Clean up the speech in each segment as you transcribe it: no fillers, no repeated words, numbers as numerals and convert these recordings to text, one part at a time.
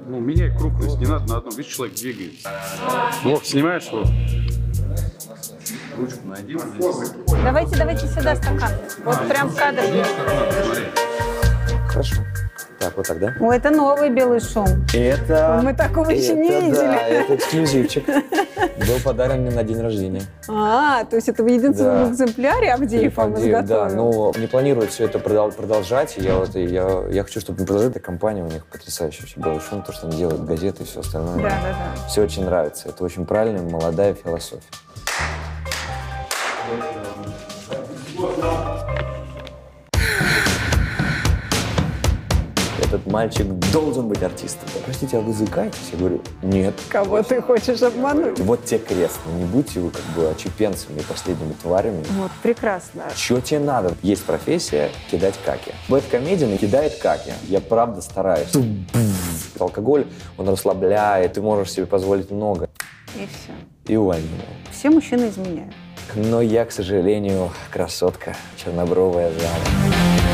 Ну, меняй крупность, не надо на одном. Видишь, человек двигается. Вот, снимаешь его. Ручку найди. Давайте сюда стакан. Вот прям в кадре. Хорошо. Так, вот так, да? О, это новый белый шум. Это... Мы такого еще не видели. Да, это эксклюзивчик. Был подарен мне на день рождения. То есть это в единственном экземпляре Авдеев вам изготовил? Да, но не планируют все это продолжать. Я хочу, чтобы продолжать эта компания. У них потрясающий вообще белый шум, то, что они делают, газеты и все остальное. Да. Все очень нравится. Это очень правильная, молодая философия. Этот мальчик должен быть артистом. Простите, а вы заикаетесь? Я говорю, нет. Кого ты хочешь обмануть? Вот те крестно. Не будьте вы как бы очепенцами и последними тварями. Вот, прекрасно. Что тебе надо? Есть профессия кидать каки. Бэдкомедиан кидает каки. Я правда стараюсь. Алкоголь, он расслабляет, ты можешь себе позволить много. И все. И увольняю. Все мужчины изменяют. Но я, к сожалению, красотка, чернобровая жаба.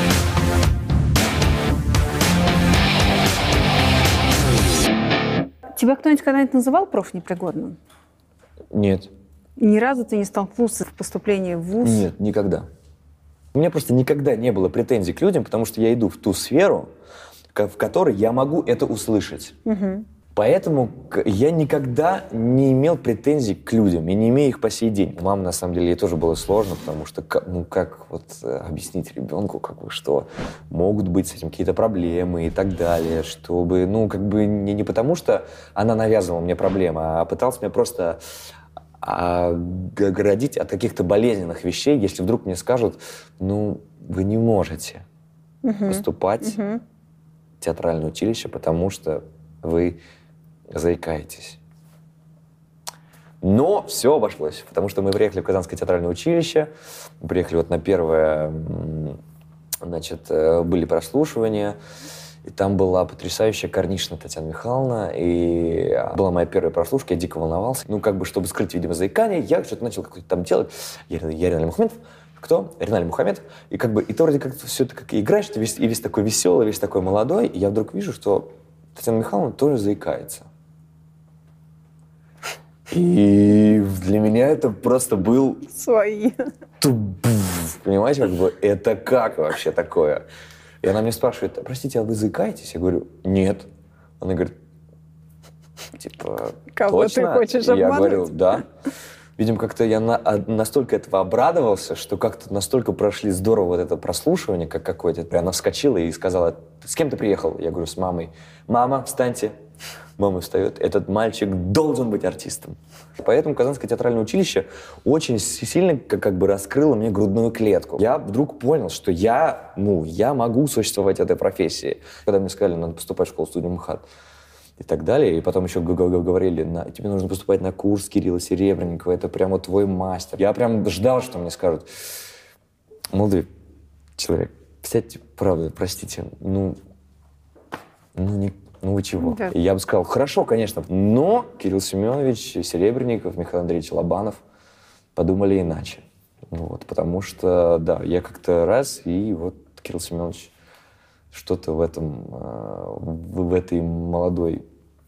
Тебя кто-нибудь когда-нибудь называл профнепригодным? Нет. Ни разу ты не столкнулся в поступлении в ВУЗ? Нет, никогда. У меня просто никогда не было претензий к людям, потому что я иду в ту сферу, в которой я могу это услышать. Угу. Поэтому я никогда не имел претензий к людям и не имею их по сей день. У мамы, на самом деле, ей тоже было сложно, потому что, как вот объяснить ребенку, что могут быть с этим какие-то проблемы и так далее, чтобы, не потому что она навязывала мне проблемы, а пыталась меня просто оградить от каких-то болезненных вещей, если вдруг мне скажут, вы не можете поступать в театральное училище, потому что вы заикаетесь. Но все обошлось, потому что мы приехали в Казанское театральное училище, приехали вот на первое, были прослушивания, и там была потрясающая Корнишина Татьяна Михайловна, и была моя первая прослушка, я дико волновался. Чтобы скрыть, видимо, заикание, я что-то начал какое-то там делать. Я Ринали Мухамедов. Кто? Ринали Мухамедов. И ты вроде как все это как играешь, ты весь такой веселый, весь такой молодой, и я вдруг вижу, что Татьяна Михайловна тоже заикается. И для меня это просто был... Свои. Понимаете, это как вообще такое? И она мне спрашивает, простите, а вы заикаетесь? Я говорю, нет. Она говорит, кого точно? ты хочешь обмануть? Я говорю, да. Видимо, как-то я настолько этого обрадовался, что как-то настолько прошли здорово вот это прослушивание, как какое-то. И она вскочила и сказала, с кем ты приехал? Я говорю, с мамой. Мама, встаньте. Мама встает. Этот мальчик должен быть артистом. Поэтому Казанское театральное училище очень сильно раскрыло мне грудную клетку. Я вдруг понял, что я могу существовать в этой профессии. Когда мне сказали, надо поступать в школу-студию МХАТ и так далее, и потом еще говорили, тебе нужно поступать на курс Кирилла Серебренникова, это прямо твой мастер. Я прям ждал, что мне скажут, молодой человек, сядьте, правда, простите, вы чего? Да. И я бы сказал, хорошо, конечно, но Кирилл Семенович Серебренников, Михаил Андреевич Лобанов подумали иначе. Потому что, да, я как-то раз, и вот Кирилл Семенович что-то в этой молодой,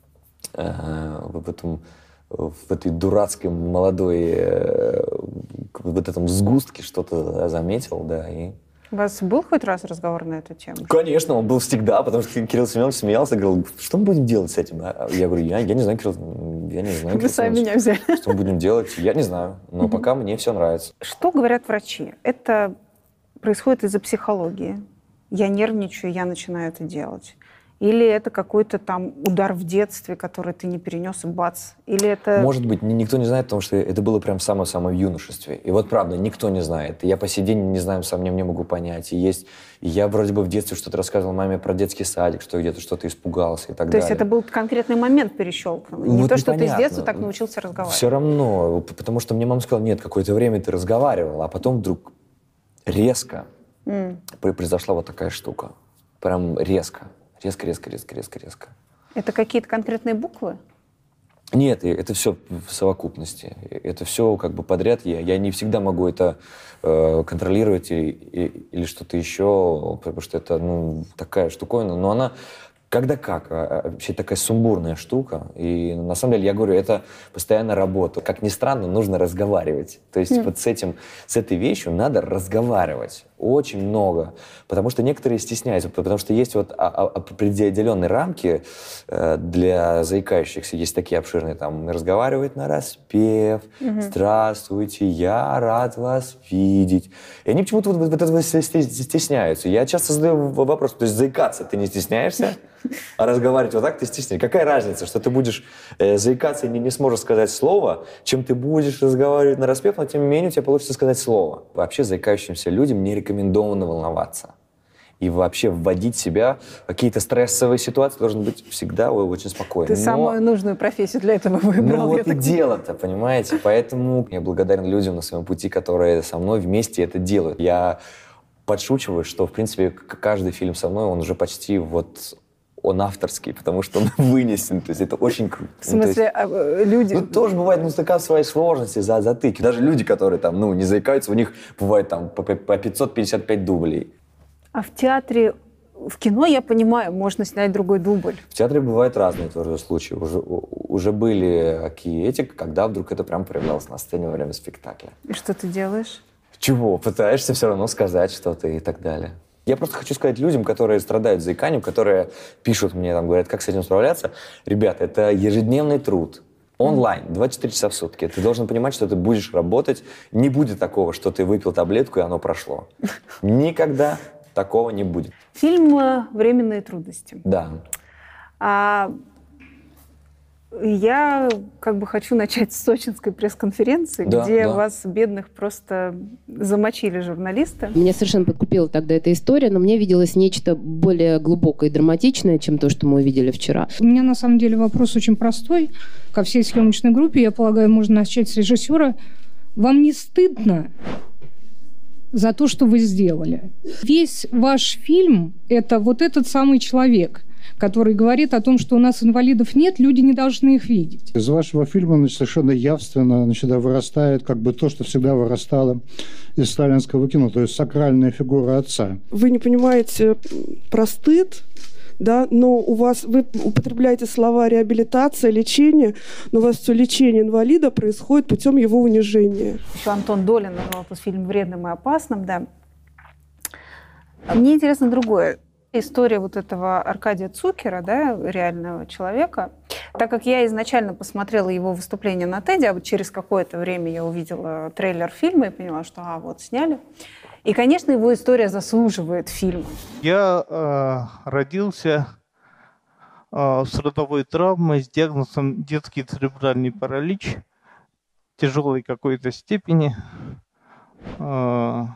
в этой дурацкой молодой, в этом сгустке что-то заметил, да, и... У вас был хоть раз разговор на эту тему? Конечно, он был всегда, потому что Кирилл Семенович смеялся, говорил, что мы будем делать с этим? Я говорю, я не знаю, Кирилл, я не знаю. Вы сами меня взяли. Что мы будем делать, я не знаю, но пока мне все нравится. Что говорят врачи? Это происходит из-за психологии. Я нервничаю, я начинаю это делать. Или это какой-то там удар в детстве, который ты не перенес, и бац. Или это... Может быть, никто не знает, потому что это было прям в самом-самом юношестве. И вот правда, никто не знает. И я по сей день не знаю, сам не могу понять. И я вроде бы в детстве что-то рассказывал маме про детский садик, что где-то что-то испугался и так далее. То есть это был конкретный момент перещелкнул? Не то, что ты с детства так научился разговаривать? Все равно, потому что мне мама сказала, нет, какое-то время ты разговаривал, а потом вдруг резко произошла вот такая штука. Прям резко. Резко. Это какие-то конкретные буквы? Нет, это все в совокупности. Это все подряд. Я не всегда могу это контролировать или что-то еще, потому что это такая штуковина. Но она Когда как? Вообще такая сумбурная штука. И на самом деле, я говорю, это постоянно работа. Как ни странно, нужно разговаривать. То есть вот с этой вещью надо разговаривать. Очень много. Потому что некоторые стесняются. Потому что есть вот определенные рамки для заикающихся. Есть такие обширные, там, разговаривать на распев. Здравствуйте, я рад вас видеть. И они почему-то вот этого стесняются. Я часто задаю вопрос, то есть заикаться ты не стесняешься? А разговаривать вот так ты стесняешься. Какая разница, что ты будешь заикаться и не сможешь сказать слово, чем ты будешь разговаривать на распев, но тем не менее у тебя получится сказать слово. Вообще заикающимся людям не рекомендовано волноваться. И вообще вводить себя в какие-то стрессовые ситуации должен быть всегда очень спокойно. Ты самую нужную профессию для этого выбрал. Ну вот и дело-то, понимаете? Поэтому я благодарен людям на своем пути, которые со мной вместе это делают. Я подшучиваю, что, в принципе, каждый фильм со мной, он уже почти вот... он авторский, потому что он вынесен. То есть это очень круто. В смысле, люди... Ну, тоже бывает, такая своей сложности, затыки. Даже люди, которые там, не заикаются, у них бывает там по 555 дублей. А в театре, в кино, я понимаю, можно снять другой дубль. В театре бывают разные тоже случаи. Уже были такие эти, когда вдруг это прям проявлялось на сцене во время спектакля. И что ты делаешь? Чего? Пытаешься все равно сказать что-то и так далее. Я просто хочу сказать людям, которые страдают заиканием, которые пишут мне, там, говорят, как с этим справляться. Ребята, это ежедневный труд. Онлайн, 24 часа в сутки. Ты должен понимать, что ты будешь работать. Не будет такого, что ты выпил таблетку, и оно прошло. Никогда такого не будет. Фильм «Временные трудности». Да. Я хочу начать с сочинской пресс-конференции, где вас, бедных, просто замочили журналисты. Меня совершенно подкупила тогда эта история, но мне виделось нечто более глубокое и драматичное, чем то, что мы увидели вчера. У меня, на самом деле, вопрос очень простой. Ко всей съемочной группе, я полагаю, можно начать с режиссера. Вам не стыдно за то, что вы сделали? Весь ваш фильм – это вот этот самый человек, который говорит о том, что у нас инвалидов нет, люди не должны их видеть. Из вашего фильма совершенно явственно вырастает то, что всегда вырастало из сталинского кино, то есть сакральная фигура отца. Вы не понимаете про стыд, да, но вы употребляете слова реабилитация, лечение, но у вас все лечение инвалида происходит путем его унижения. Еще Антон Долин назвал этот фильм «Вредным и опасным», да. Мне интересно другое. История вот этого Аркадия Цукера, да, реального человека. Так как я изначально посмотрела его выступление на TED, а вот через какое-то время я увидела трейлер фильма и поняла, что вот сняли. И, конечно, его история заслуживает фильма. Я родился с родовой травмой, с диагнозом детский церебральный паралич тяжелой какой-то степени. Что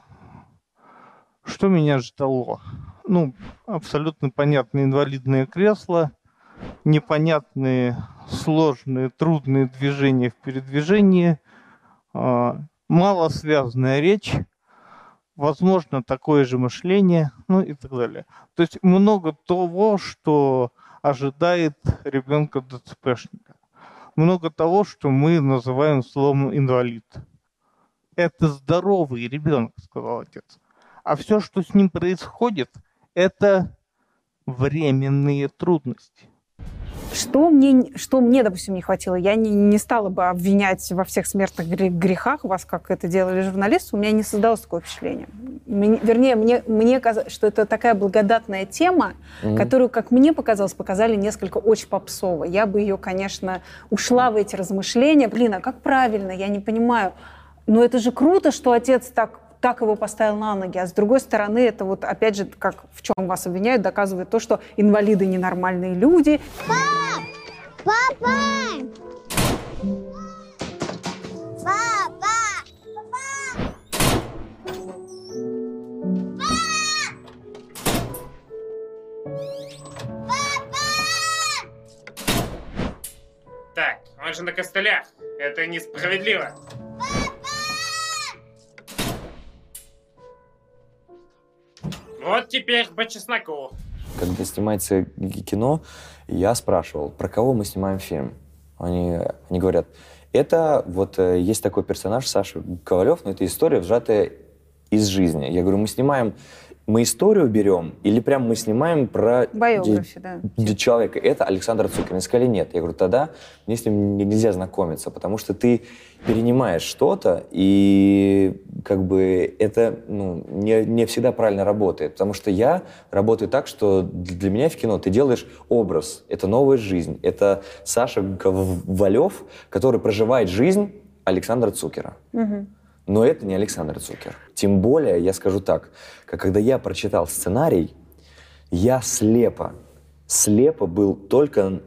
меня ждало? Абсолютно понятные инвалидные кресла, непонятные, сложные, трудные движения в передвижении, малосвязная речь, возможно, такое же мышление, и так далее. То есть много того, что ожидает ребенка ДЦПшника. Много того, что мы называем словом инвалид. Это здоровый ребенок, сказал отец. А все, что с ним происходит, это временные трудности. Что мне, допустим, не хватило? Я не стала бы обвинять во всех смертных грехах вас, как это делали журналисты. У меня не создалось такое впечатление. Мне казалось, что это такая благодатная тема, которую, как мне показалось, показали несколько очень попсово. Я бы ее, конечно, ушла в эти размышления. А как правильно? Я не понимаю. Но это же круто, что отец так его поставил на ноги. А с другой стороны, это опять же, как в чем вас обвиняют, доказывает то, что инвалиды ненормальные люди. Пап! Папа! Папа! Так, он же на костылях. Это несправедливо. Вот теперь по чесноку. Когда снимается кино, я спрашивал, про кого мы снимаем фильм. Они говорят, это есть такой персонаж Саша Ковалев, но это история, сжатая из жизни. Я говорю, мы снимаем Мы историю берем или прям мы снимаем про Биографи, да. человека? Это Александр Цукер. Они сказали нет. Я говорю, тогда мне с ним нельзя знакомиться, потому что ты перенимаешь что-то, и как бы это не всегда правильно работает. Потому что я работаю так, что для меня в кино ты делаешь образ. Это новая жизнь. Это Саша Ковалев, который проживает жизнь Александра Цукера. Угу. Но это не Александр Цукер. Тем более, я скажу так, когда я прочитал сценарий, я слепо был только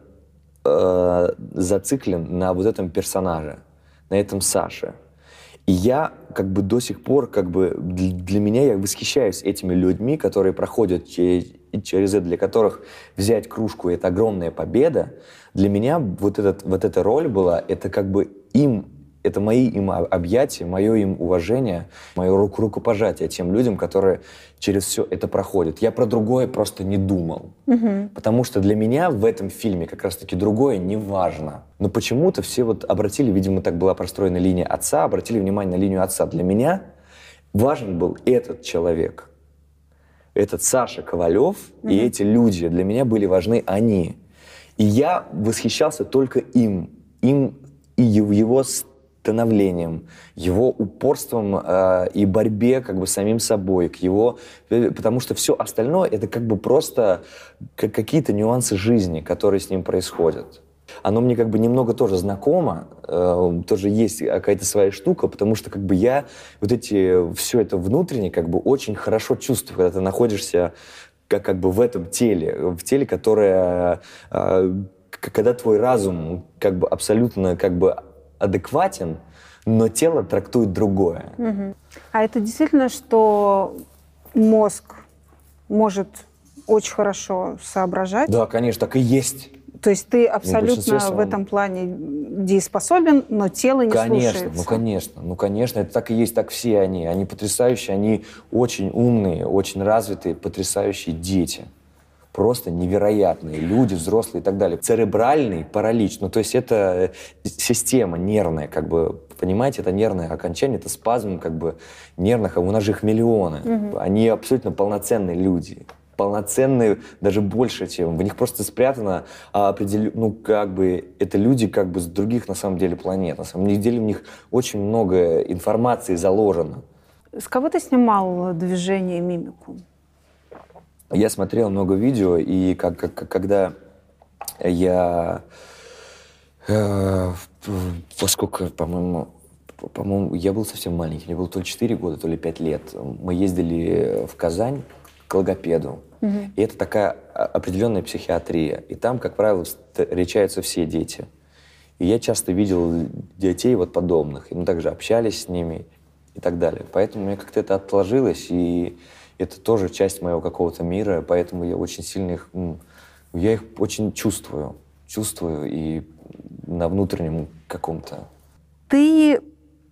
зациклен на вот этом персонаже, на этом Саше. И я до сих пор, для меня, я восхищаюсь этими людьми, которые проходят через это, для которых взять кружку — это огромная победа. Для меня вот эта роль была, это это мои им объятия, мое им уважение, мое рукопожатие тем людям, которые через все это проходят. Я про другое просто не думал. Угу. Потому что для меня в этом фильме как раз-таки другое не важно. Но почему-то все обратили, видимо, так была простроена линия отца, обратили внимание на линию отца. Для меня важен был этот человек. Этот Саша Ковалев и эти люди. Для меня были важны они. И я восхищался только им и его становлением, его упорством и борьбе с самим собой, потому что все остальное это просто какие-то нюансы жизни, которые с ним происходят. Оно мне немного тоже знакомо, тоже есть какая-то своя штука, потому что я все это внутренне очень хорошо чувствую, когда ты находишься в этом теле, в теле, которое, когда твой разум абсолютно адекватен, но тело трактует другое. Угу. А это действительно, что мозг может очень хорошо соображать? Да, конечно, так и есть. То есть ты абсолютно в этом плане дееспособен, но тело не слушается? Конечно, это так и есть, так все они. Они потрясающие, они очень умные, очень развитые, потрясающие дети. Просто невероятные люди, взрослые и так далее. Церебральный паралич, то есть это система нервная, понимаете, это нервное окончание, это спазм нервных, а у нас же их миллионы. Угу. Они абсолютно полноценные люди. Полноценные, даже больше, чем. В них просто спрятано это люди с других, на самом деле, планет. На самом деле в них очень много информации заложено. С кого ты снимал движение и мимику? Я смотрел много видео, и когда я... Поскольку, по-моему, я был совсем маленький, мне было то ли 4 года, то ли 5 лет. Мы ездили в Казань к логопеду. Угу. И это такая определенная психиатрия. И там, как правило, встречаются все дети. И я часто видел детей подобных. И мы также общались с ними и так далее. Поэтому у меня как-то это отложилось, и это тоже часть моего какого-то мира, поэтому я очень сильно их... Я их очень чувствую и на внутреннем каком-то... Ты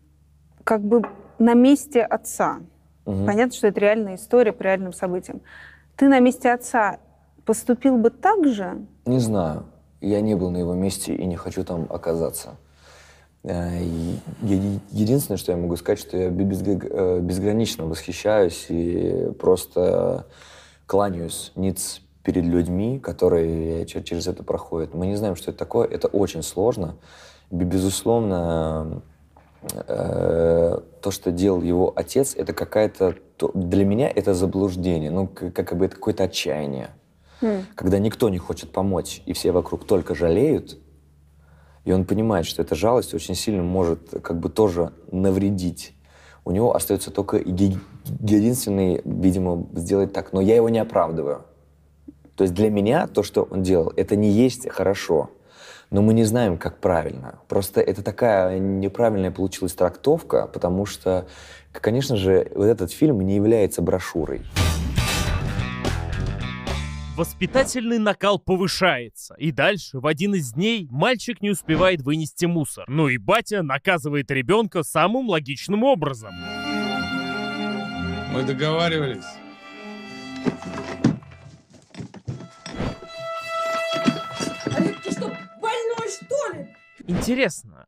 на месте отца. Угу. Понятно, что это реальная история по реальным событиям. Ты на месте отца поступил бы так же? Не знаю. Я не был на его месте и не хочу там оказаться. Единственное, что я могу сказать, что я безгранично восхищаюсь и просто кланяюсь ниц перед людьми, которые через это проходят. Мы не знаем, что это такое. Это очень сложно. Безусловно, то, что делал его отец, это какая-то... Для меня это заблуждение. Это какое-то отчаяние. Когда никто не хочет помочь, и все вокруг только жалеют, и он понимает, что эта жалость очень сильно может тоже навредить. У него остается только единственный, видимо, сделать так. Но я его не оправдываю. То есть для меня то, что он делал, это не есть хорошо. Но мы не знаем, как правильно. Просто это такая неправильная получилась трактовка, потому что, конечно же, этот фильм не является брошюрой. Воспитательный накал повышается, и дальше в один из дней мальчик не успевает вынести мусор. И батя наказывает ребенка самым логичным образом. Мы договаривались. Олег, ты что, больной, что ли? Интересно,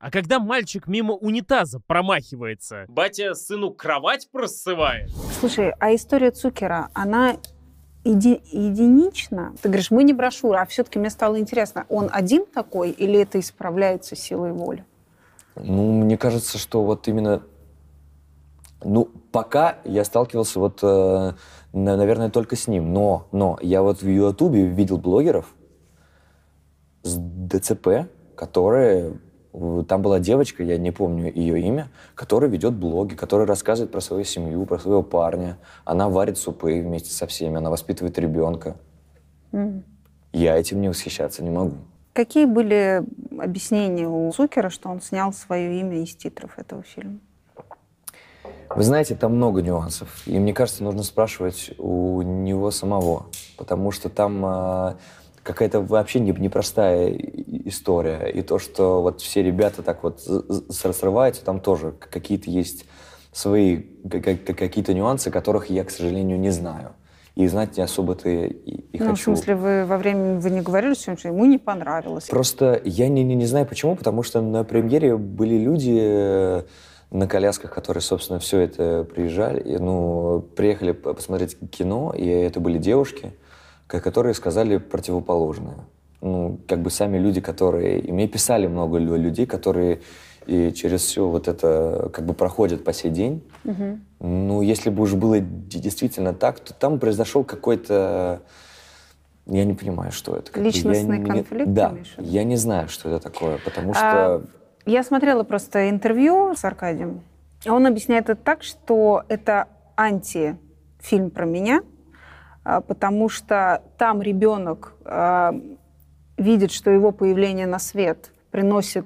А когда мальчик мимо унитаза промахивается, батя сыну кровать просывает. Слушай, а история Цукера, она единична? Ты говоришь, мы не брошюра, а все-таки мне стало интересно, он один такой или это исправляется силой воли? Ну, мне кажется, что вот именно... Ну, пока я сталкивался вот, наверное, только с ним. Но я вот в Ютубе видел блогеров с ДЦП, которые... Там была девочка, я не помню ее имя, которая ведет блоги, которая рассказывает про свою семью, про своего парня. Она варит супы вместе со всеми, она воспитывает ребенка. Я этим не восхищаться не могу. Какие были объяснения у Цукера, что он снял свое имя из титров этого фильма? Вы знаете, там много нюансов. И мне кажется, нужно спрашивать у него самого. Потому что там какая-то вообще непростая история. И то, что вот все ребята так вот срываются, там тоже какие-то есть свои какие-то нюансы, которых я, к сожалению, не знаю. И знать не особо-то и хочу. В смысле, вы не говорили, что ему не понравилось? Просто я не знаю почему, потому что на премьере были люди на колясках, которые, собственно, все это приезжали. Приехали посмотреть кино, и это были девушки, которые сказали противоположное. Как бы сами люди, которые... И мне писали много людей, которые и через все вот это как бы проходят по сей день. Если бы уж было действительно так, то там произошел какой-то... Я не понимаю, что это. Личностный конфликт? Да, я не знаю, что это такое, потому что... Я смотрела просто интервью с Аркадием. Он объясняет это так, что это антифильм про меня, потому что там ребенок видит, что его появление на свет приносит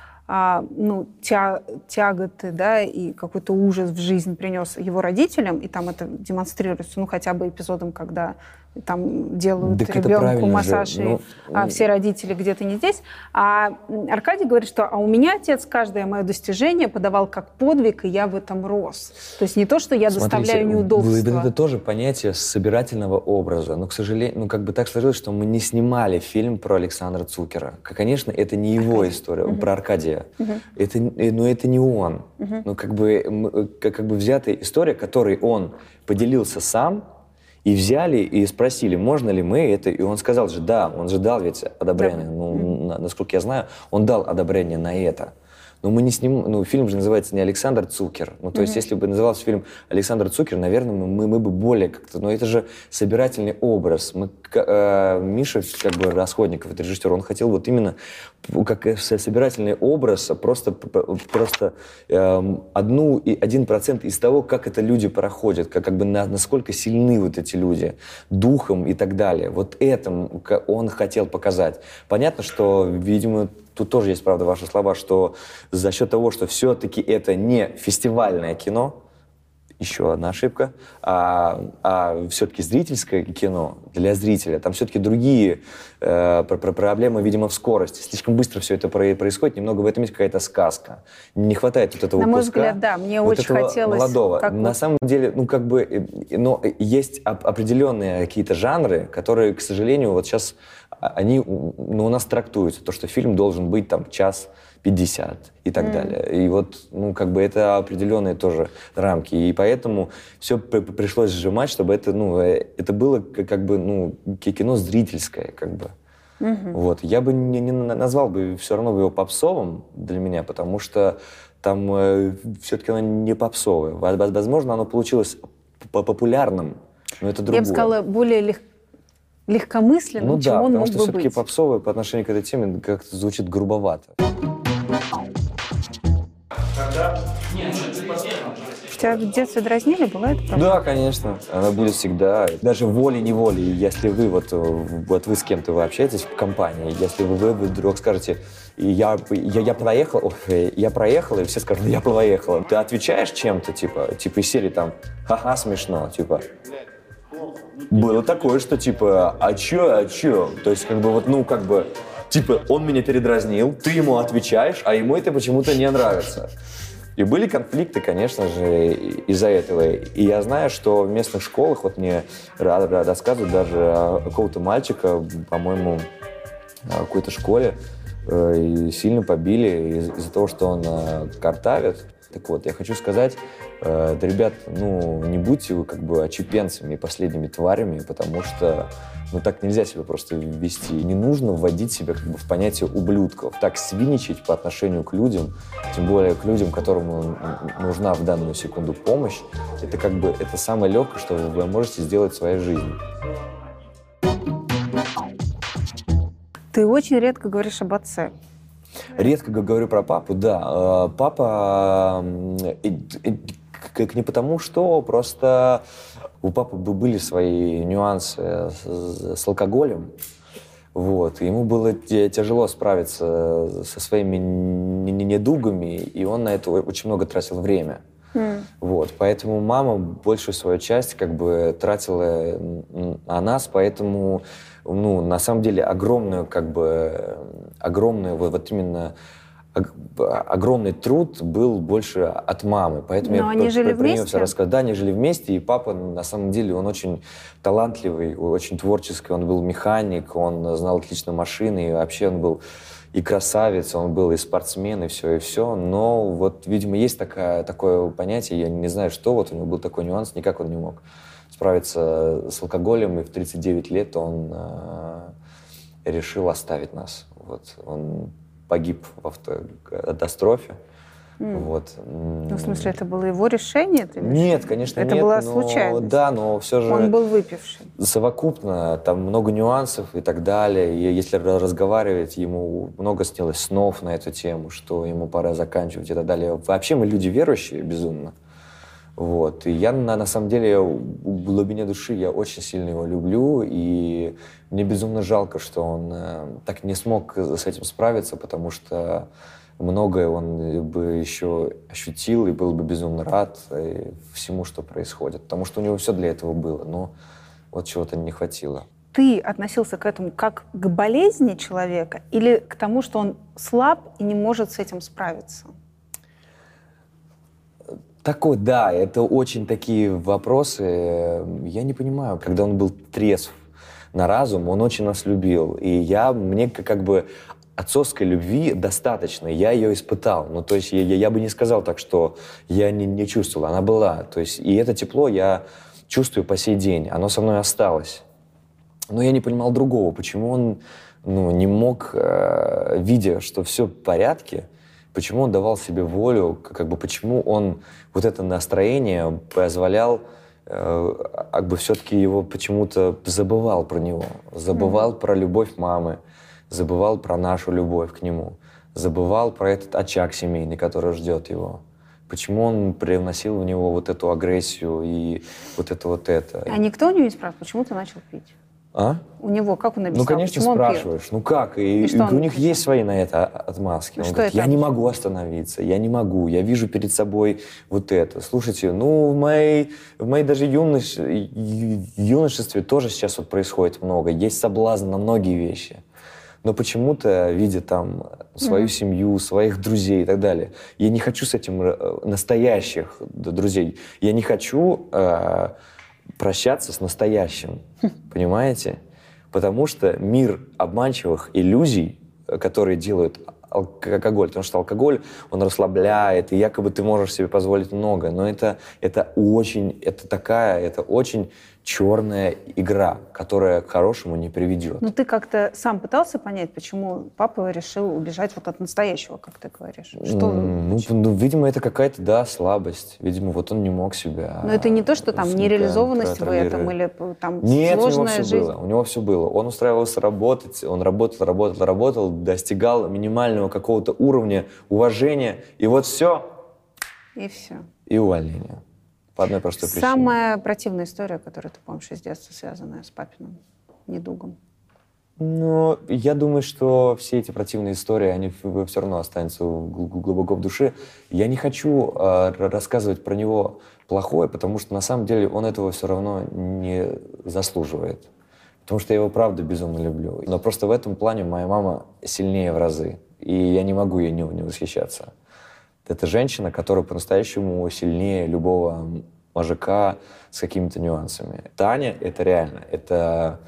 тяготы, да, и какой-то ужас в жизнь принес его родителям, и там это демонстрируется, хотя бы эпизодом, когда там делают ребенку массаж, все родители где-то не здесь. А Аркадий говорит, что у меня отец каждое мое достижение подавал как подвиг, и я в этом рос. То есть не то, что я доставляю неудобства. Это тоже понятие собирательного образа. Но, к сожалению, как бы так сложилось, что мы не снимали фильм про Александра Цукера. Конечно, это не его история, про Аркадия. Это не он. Как бы взятая история, которой он поделился сам, и взяли и спросили, можно ли мы это, и он сказал же, да, он же дал ведь одобрение, насколько я знаю, он дал одобрение на это. Но мы не снимаем, фильм же называется не Александр Цукер. То есть, если бы назывался фильм Александр Цукер, наверное, мы бы более как-то... Но это же собирательный образ. Миша, как бы, Расходников, это режиссер, он хотел вот именно как собирательный образ, просто 1% из того, как это люди проходят, как бы насколько сильны вот эти люди духом и так далее. Вот это он хотел показать. Понятно, что, видимо, тут тоже есть, правда, ваши слова, что за счет того, что все-таки это не фестивальное кино, еще одна ошибка, а все-таки зрительское кино для зрителя, там все-таки другие проблемы, видимо, в скорости. Слишком быстро все это происходит, немного в этом есть какая-то сказка. Не хватает вот этого куска. На мой взгляд, да, мне вот очень хотелось... молодого. На самом деле, но есть определенные какие-то жанры, которые, к сожалению, вот сейчас они у нас трактуются, то, что фильм должен быть там 1:50 и так далее. И вот, это определенные тоже рамки. И поэтому все пришлось сжимать, чтобы это было кино зрительское, как бы. Вот. Я бы не назвал бы все равно его попсовым для меня, потому что там все-таки оно не попсовое. Возможно, оно получилось популярным, но это другое. Я бы сказала, более легкомысленным, чем он мог бы быть. Потому что все-таки попсовое по отношению к этой теме как-то звучит грубовато. Тебя в детстве дразнили? Была это проблема? Да, конечно. Она будет всегда. Даже волей-неволей. Если вы вы с кем-то вы общаетесь в компании, если вы вдруг скажете, я проехал, и все скажут, я проехала. Ты отвечаешь чем-то, типа из серии там, ха-ха, смешно, типа. Было такое, что типа, а чё? То есть он меня передразнил, ты ему отвечаешь, а ему это почему-то не нравится. И были конфликты, конечно же, из-за этого. И я знаю, что в местных школах, вот мне рассказывают даже какого-то мальчика, по-моему, в какой-то школе, и сильно побили из-за того, что он картавит. Так вот, я хочу сказать, да, ребят, ну, не будьте вы как бы отщепенцами и последними тварями, потому что, ну, так нельзя себя просто вести. Не нужно вводить себя как бы в понятие ублюдков. Так свиничать по отношению к людям, тем более к людям, которым нужна в данную секунду помощь, это как бы, это самое легкое, что вы можете сделать в своей жизни. Ты очень редко говоришь об отце. Редко говорю про папу, да. Папа не потому, что просто у папы были свои нюансы с алкоголем. Вот. Ему было тяжело справиться со своими недугами, и он на это очень много тратил время. Вот. Поэтому мама большую свою часть как бы тратила на нас, поэтому, ну, на самом деле огромный вот именно огромный труд был больше от мамы. Поэтому Но они жили вместе? Да, они жили вместе, и папа, на самом деле, он очень талантливый, очень творческий, он был механик, он знал отлично машины, и вообще он был и красавец, он был и спортсмен, и все. Но вот, видимо, есть такое понятие, я не знаю, что, вот у него был такой нюанс, никак он не мог справиться с алкоголем, и в 39 лет он решил оставить нас. Вот. Он погиб в автокатастрофе. Вот. Ну, в смысле, это было его решение? Нет, конечно, это нет. Это была но, случайность? Да, но все же... Он был выпивший? Совокупно, там много нюансов и так далее. И если разговаривать, ему много снилось снов на эту тему, что ему пора заканчивать и так далее. Вообще мы люди верующие безумно. Вот. И я, на самом деле, в глубине души я очень сильно его люблю, и мне безумно жалко, что он так не смог с этим справиться, потому что многое он бы еще ощутил и был бы безумно рад всему, что происходит. Потому что у него все для этого было, но вот чего-то не хватило. Ты относился к этому как к болезни человека или к тому, что он слаб и не может с этим справиться? Такой, да, это очень такие вопросы. Я не понимаю, когда он был трезв на разум, он очень нас любил. И мне как бы отцовской любви достаточно, я ее испытал. Ну, то есть я бы не сказал так, что я не чувствовал, она была. То есть, и это тепло я чувствую по сей день, оно со мной осталось. Но я не понимал другого, почему он не мог, видя, что все в порядке, почему он давал себе волю, как бы почему он вот это настроение позволял, как бы все-таки его почему-то забывал про него, забывал про любовь мамы, забывал про нашу любовь к нему, забывал про этот очаг семейный, который ждет его. Почему он привносил в него вот эту агрессию и вот это. А никто у него не спрашивает, почему ты начал пить? А? У него, как он написал? Ну, конечно, почему спрашиваешь. Ну как? И у них есть свои на это отмазки. Он говорит, я не могу остановиться, я не могу, я вижу перед собой вот это. Слушайте, ну, в моей даже юношестве тоже сейчас вот происходит много. Есть соблазн на многие вещи. Но почему-то, видя там свою семью, своих друзей и так далее, я не хочу с этим настоящих друзей. Я не хочу прощаться с настоящим, понимаете? Потому что мир обманчивых иллюзий, которые делают алкоголь, потому что алкоголь, он расслабляет, и якобы ты можешь себе позволить много, но это очень черная игра, которая к хорошему не приведет. Ну, ты как-то сам пытался понять, почему папа решил убежать вот от настоящего, как ты говоришь? Что? Видимо, это какая-то, да, слабость. Видимо, вот он не мог себя... Но это не то, что там нереализованность в этом или там сложная жизнь? У него все было. Он устраивался работать, он работал, достигал минимального какого-то уровня уважения, и вот все. И все. И увольнение. По одной простой причине. Самая противная история, которую ты помнишь из детства, связанная с папиным недугом? Ну, я думаю, что все эти противные истории, они все равно останутся глубоко в душе. Я не хочу рассказывать про него плохое, потому что на самом деле он этого все равно не заслуживает. Потому что я его, правда, безумно люблю. Но просто в этом плане моя мама сильнее в разы. И я не могу ей не восхищаться. Это женщина, которая по-настоящему сильнее любого мужика с какими-то нюансами. Таня — это реально, это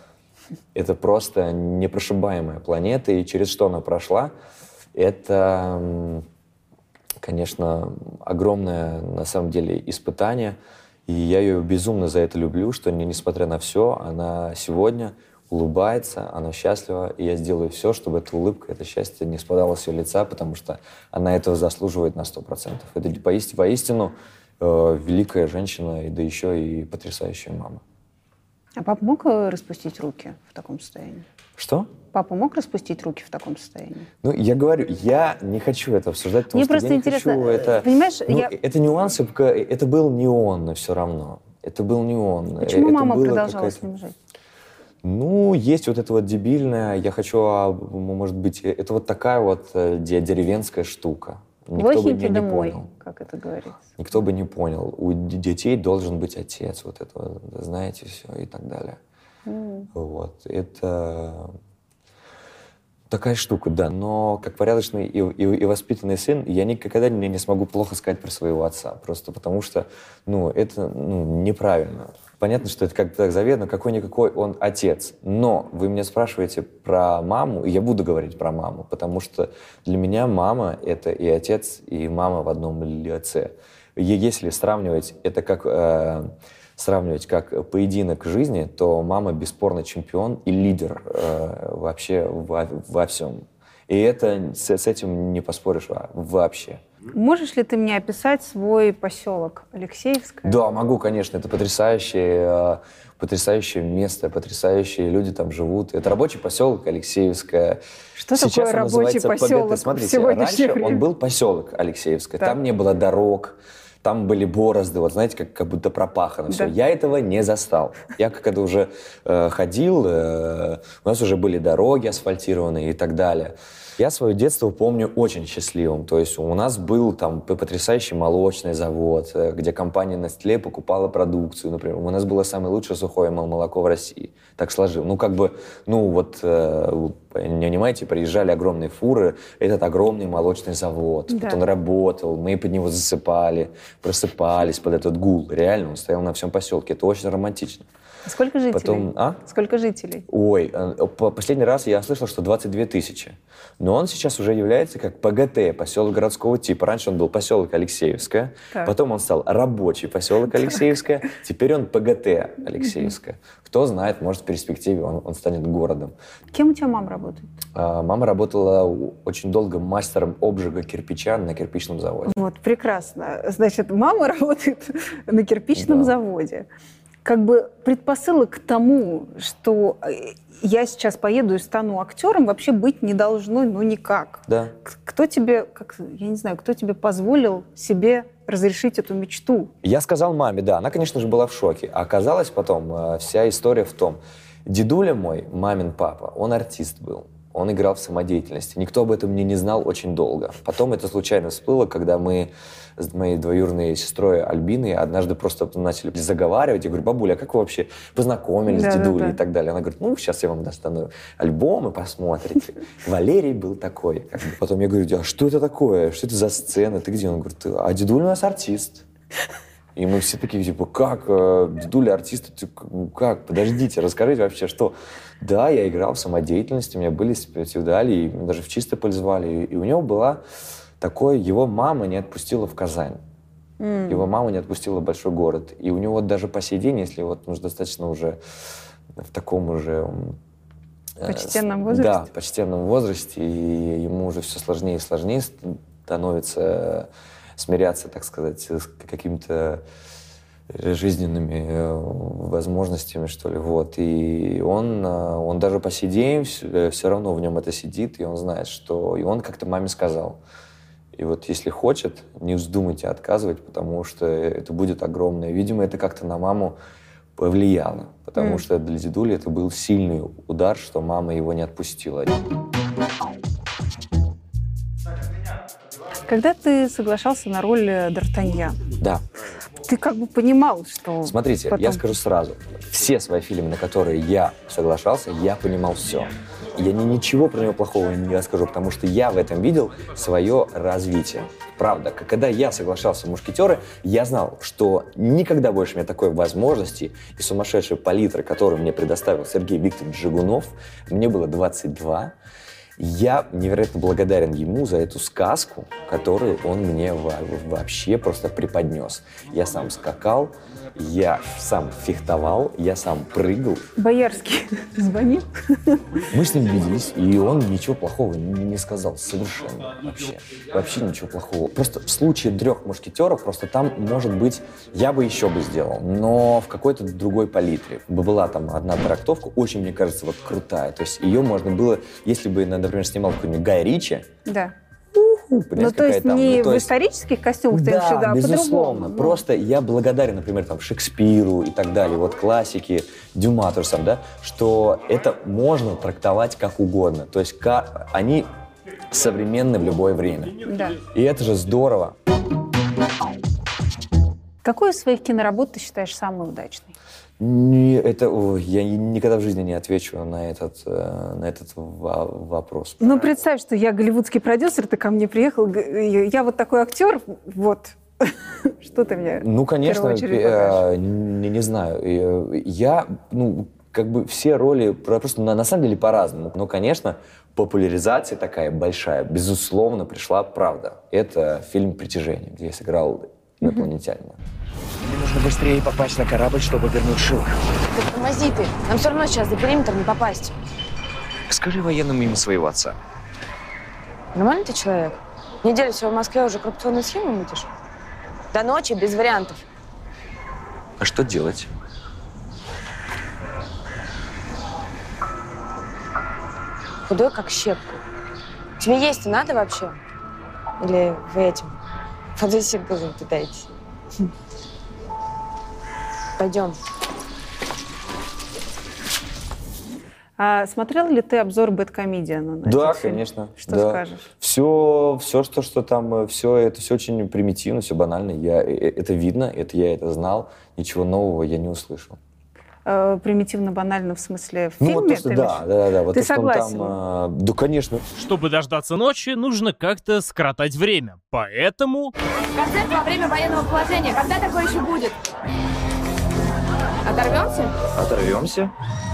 Это просто непрошибаемая планета, и через что она прошла, это, конечно, огромное, на самом деле, испытание. И я ее безумно за это люблю, что, несмотря на все, она сегодня улыбается, она счастлива, и я сделаю все, чтобы эта улыбка, это счастье не спадало с ее лица, потому что она этого заслуживает на 100%. Это воистину великая женщина, и да еще и потрясающая мама. А папа мог распустить руки в таком состоянии? Что? Папа мог распустить руки в таком состоянии? Ну, я говорю, я не хочу это обсуждать, потому Мне что просто я не интересно, хочу это... понимаешь, Это нюансы, это был не он, но все равно. Это был не он. Почему это мама было продолжала с ним жить? Ну, есть вот это вот дебильное, я хочу, может быть, это вот такая вот деревенская штука. Никто бы не домой, понял. как это говорится. Никто бы не понял. У детей должен быть отец, вот это, знаете, все и так далее. Вот. Это такая штука, да. Но как порядочный и воспитанный сын, я никогда не смогу плохо сказать про своего отца. Просто потому что, это неправильно. Понятно, что это как-то так заветно, какой-никакой он отец. Но вы меня спрашиваете про маму, и я буду говорить про маму, потому что для меня мама — это и отец, и мама в одном лице. Если сравнивать это как поединок жизни, то мама бесспорно чемпион и лидер вообще во всем. И это с этим не поспоришь вообще. Можешь ли ты мне описать свой поселок Алексеевское? Да, могу, конечно. Это потрясающее место, потрясающие люди там живут. Это рабочий поселок Алексеевское. Что Сейчас такое рабочий поселок? Смотрите, раньше он был поселок Алексеевское. Так. Там не было дорог, там были борозды, вот знаете, как будто пропахано все. Да. Я этого не застал. Я когда уже ходил, у нас уже были дороги асфальтированные и так далее. Я свое детство помню очень счастливым. То есть у нас был там потрясающий молочный завод, где компания Nestlé покупала продукцию, например. У нас было самое лучшее сухое молоко в России. Так сложилось. Понимаете, приезжали огромные фуры, этот огромный молочный завод. Да. Вот он работал, мы под него засыпали, просыпались под этот гул. Реально, он стоял на всем поселке. Это очень романтично. Сколько жителей? Сколько жителей? Ой, последний раз я слышал, что 22 тысячи. Но он сейчас уже является как ПГТ, поселок городского типа. Раньше он был поселок Алексеевское, потом он стал рабочий поселок Алексеевское, теперь он ПГТ Алексеевское. Кто знает, может, в перспективе он станет городом. Кем у тебя мама работает? Мама работала очень долго мастером обжига кирпича на кирпичном заводе. Вот, прекрасно. Значит, мама работает на кирпичном заводе. Как бы предпосылок к тому, что я сейчас поеду и стану актером, вообще быть не должно, никак. Да. Кто тебе, я не знаю, кто тебе позволил себе разрешить эту мечту? Я сказал маме, да. Она, конечно же, была в шоке. А оказалось потом, вся история в том, дедуля мой, мамин папа, он артист был. Он играл в самодеятельности. Никто об этом не знал очень долго. Потом это случайно всплыло, когда мы с моей двоюродной сестрой Альбиной однажды просто начали заговаривать. Я говорю: бабуля, а как вы вообще познакомились с дедулей и так далее? Она говорит: сейчас я вам достану альбом и посмотрите. Валерий был такой. Потом я говорю: а что это такое? Что это за сцена? Ты где? Он говорит: а дедуля у нас артист. И мы все такие, как, дедуля артист, как, подождите, расскажите вообще, что? Да, я играл в самодеятельности, у меня были спецвидали, и даже в Чистополь звали, и у него была такое, его мама не отпустила в Казань, его мама не отпустила в большой город, и у него даже по сей день, если он уже достаточно уже в таком уже... Почтенном возрасте? Да, почтенном возрасте, и ему уже все сложнее и сложнее становится... смиряться, так сказать, с какими-то жизненными возможностями, что ли. Вот. И он даже по сей день все равно в нем это сидит, и он знает, что... И он как-то маме сказал: и вот если хочет, не вздумайте отказывать, потому что это будет огромное. Видимо, это как-то на маму повлияло, потому что для дедули это был сильный удар, что мама его не отпустила. Когда ты соглашался на роль Д'Артаньян, да, ты как бы понимал, что... Смотрите, я скажу сразу. Все свои фильмы, на которые я соглашался, я понимал все. я ничего про него плохого не расскажу, потому что я в этом видел свое развитие. Правда, когда я соглашался в «Мушкетеры», я знал, что никогда больше мне такой возможности и сумасшедшей палитры, которую мне предоставил Сергей Викторович Жигунов, мне было 22. Я невероятно благодарен ему за эту сказку, которую он мне вообще просто преподнес. Я сам скакал, я сам фехтовал, я сам прыгал. Боярский звонил? Мы с ним виделись, и он ничего плохого не сказал совершенно вообще. Вообще ничего плохого. Просто в случае 3 мушкетеров, просто там, может быть, я бы еще бы сделал, но в какой-то другой палитре. Была там одна трактовка, очень, мне кажется, вот крутая. То есть ее можно было, если бы, например, снимал какой-нибудь Гай Ричи, да. Ну, то есть там, не то в есть... исторических костюмах, ты да, сюда, безусловно. по-другому. Просто я благодарен, например, там, Шекспиру и так далее, вот классики, Дюма, то же самое, да, что это можно трактовать как угодно. То есть они современны в любое время. Да. И это же здорово. Какую из своих киноработ ты считаешь самой удачной? Я никогда в жизни не отвечу на этот вопрос. Ну, представь, что я голливудский продюсер, ты ко мне приехал, я вот такой актер, вот. Что ты мне Ну, конечно, в первую очередь покажешь? не знаю. Я, как бы все роли просто на самом деле по-разному. Но, конечно, популяризация такая большая, безусловно, пришла «Правда». Это фильм «Притяжение», где я сыграл инопланетянина. Мне нужно быстрее попасть на корабль, чтобы вернуть Шилах. Так тормози ты. Нам все равно сейчас за периметр не попасть. Скажи военным имя своего отца. Нормальный ты человек? Неделю всего в Москве уже коррупционную схему мутишь? До ночи без вариантов. А что делать? Худой, как щепка. Тебе есть-то надо вообще? Или вы этим фотосинтезом питаетесь? Пойдем. А смотрел ли ты обзор «Бэдкомедиана» на Да, этот фильм? конечно. Что да. скажешь? Все, что там, это все очень примитивно, все банально. Это видно, я это знал. Ничего нового я не услышал. Примитивно-банально в смысле в фильме? Вот то, что, да. Вот ты то, что согласен? там, да, конечно. Чтобы дождаться ночи, нужно как-то скоротать время. Поэтому... Концерт во время военного положения. Когда такое еще будет? Оторвемся? Оторвемся.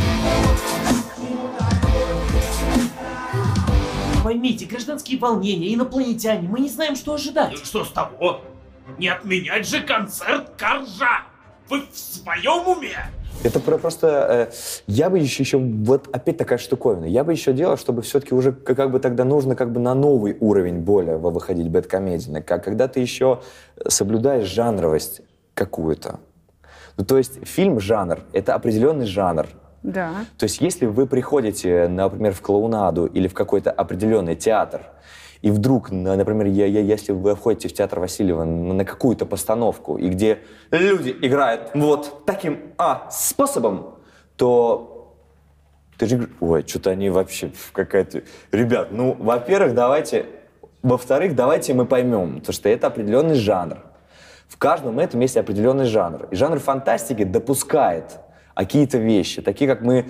Поймите, гражданские волнения, инопланетяне, мы не знаем, что ожидать. Ну что с того? Не отменять же концерт Коржа! Вы в своем уме? Это просто... я бы еще... Вот опять такая штуковина. Я бы еще делал, чтобы все-таки уже как бы тогда нужно как бы на новый уровень более выходить бэдкомедийно. Когда ты еще соблюдаешь жанровость какую-то. Ну, то есть фильм-жанр — это определенный жанр. Да. То есть если вы приходите, например, в клоунаду или в какой-то определенный театр, и вдруг, например, если вы входите в театр Васильева на какую-то постановку, и где люди играют вот таким способом, то ты же говоришь, ой, что-то они вообще какая-то... Ребят, во-первых, давайте... Во-вторых, давайте мы поймем, то, что это определенный жанр. В каждом этом есть определенный жанр. И жанр фантастики допускает какие-то вещи, такие, как мы,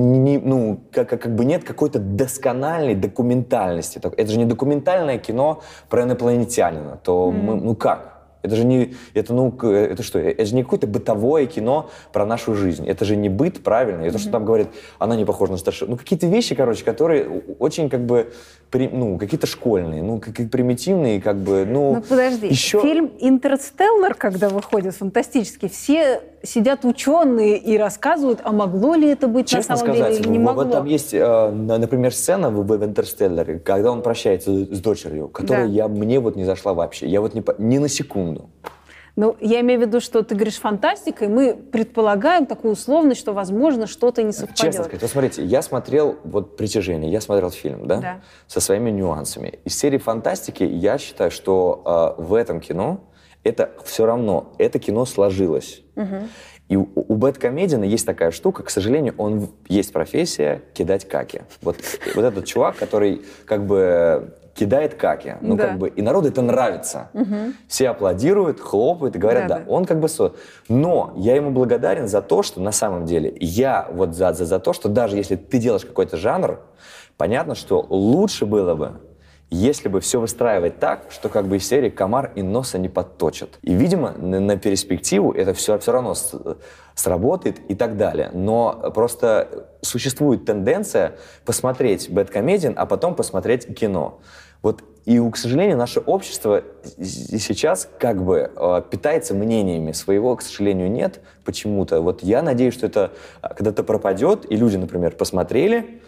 как бы нет какой-то доскональной документальности. Это же не документальное кино про инопланетянина. То мы как? Это же не, это что? Это же не какое-то бытовое кино про нашу жизнь. Это же не быт, правильно? И то, что там говорит, она не похожа на старшую. Какие-то вещи, которые очень как бы, какие-то школьные, примитивные, как бы, подожди, еще... фильм «Интерстеллар», когда выходит фантастический, все сидят ученые и рассказывают, а могло ли это быть Честно на самом сказать, деле или не могло. Вот там есть, например, сцена в «Интерстелларе», когда он прощается с дочерью, которая мне вот не зашла вообще. Я вот ни на секунду. Я имею в виду, что ты говоришь фантастика, и мы предполагаем такую условность, что, возможно, что-то не совпадет. Честно сказать, вот смотрите, я смотрел «Притяжение», я смотрел фильм, да? Со своими нюансами. Из серии фантастики я считаю, что в этом кино это все равно, это кино сложилось. И у бэдкомедиана есть такая штука, к сожалению, есть профессия кидать каки. Вот этот чувак, который как бы кидает каки. Ну, Да. как бы, и народу это нравится. Все аплодируют, хлопают и говорят, да, он как бы... Но я ему благодарен за то, что на самом деле я вот за то, что даже если ты делаешь какой-то жанр, понятно, что лучше было бы, если бы все выстраивать так, что как бы из серии комар и носа не подточат. И, видимо, на перспективу это все равно сработает и так далее. Но просто существует тенденция посмотреть бэдкомедиан, а потом посмотреть кино. Вот и, к сожалению, наше общество сейчас как бы питается мнениями. Своего, к сожалению, нет почему-то. Вот я надеюсь, что это когда-то пропадет, и люди, например, посмотрели,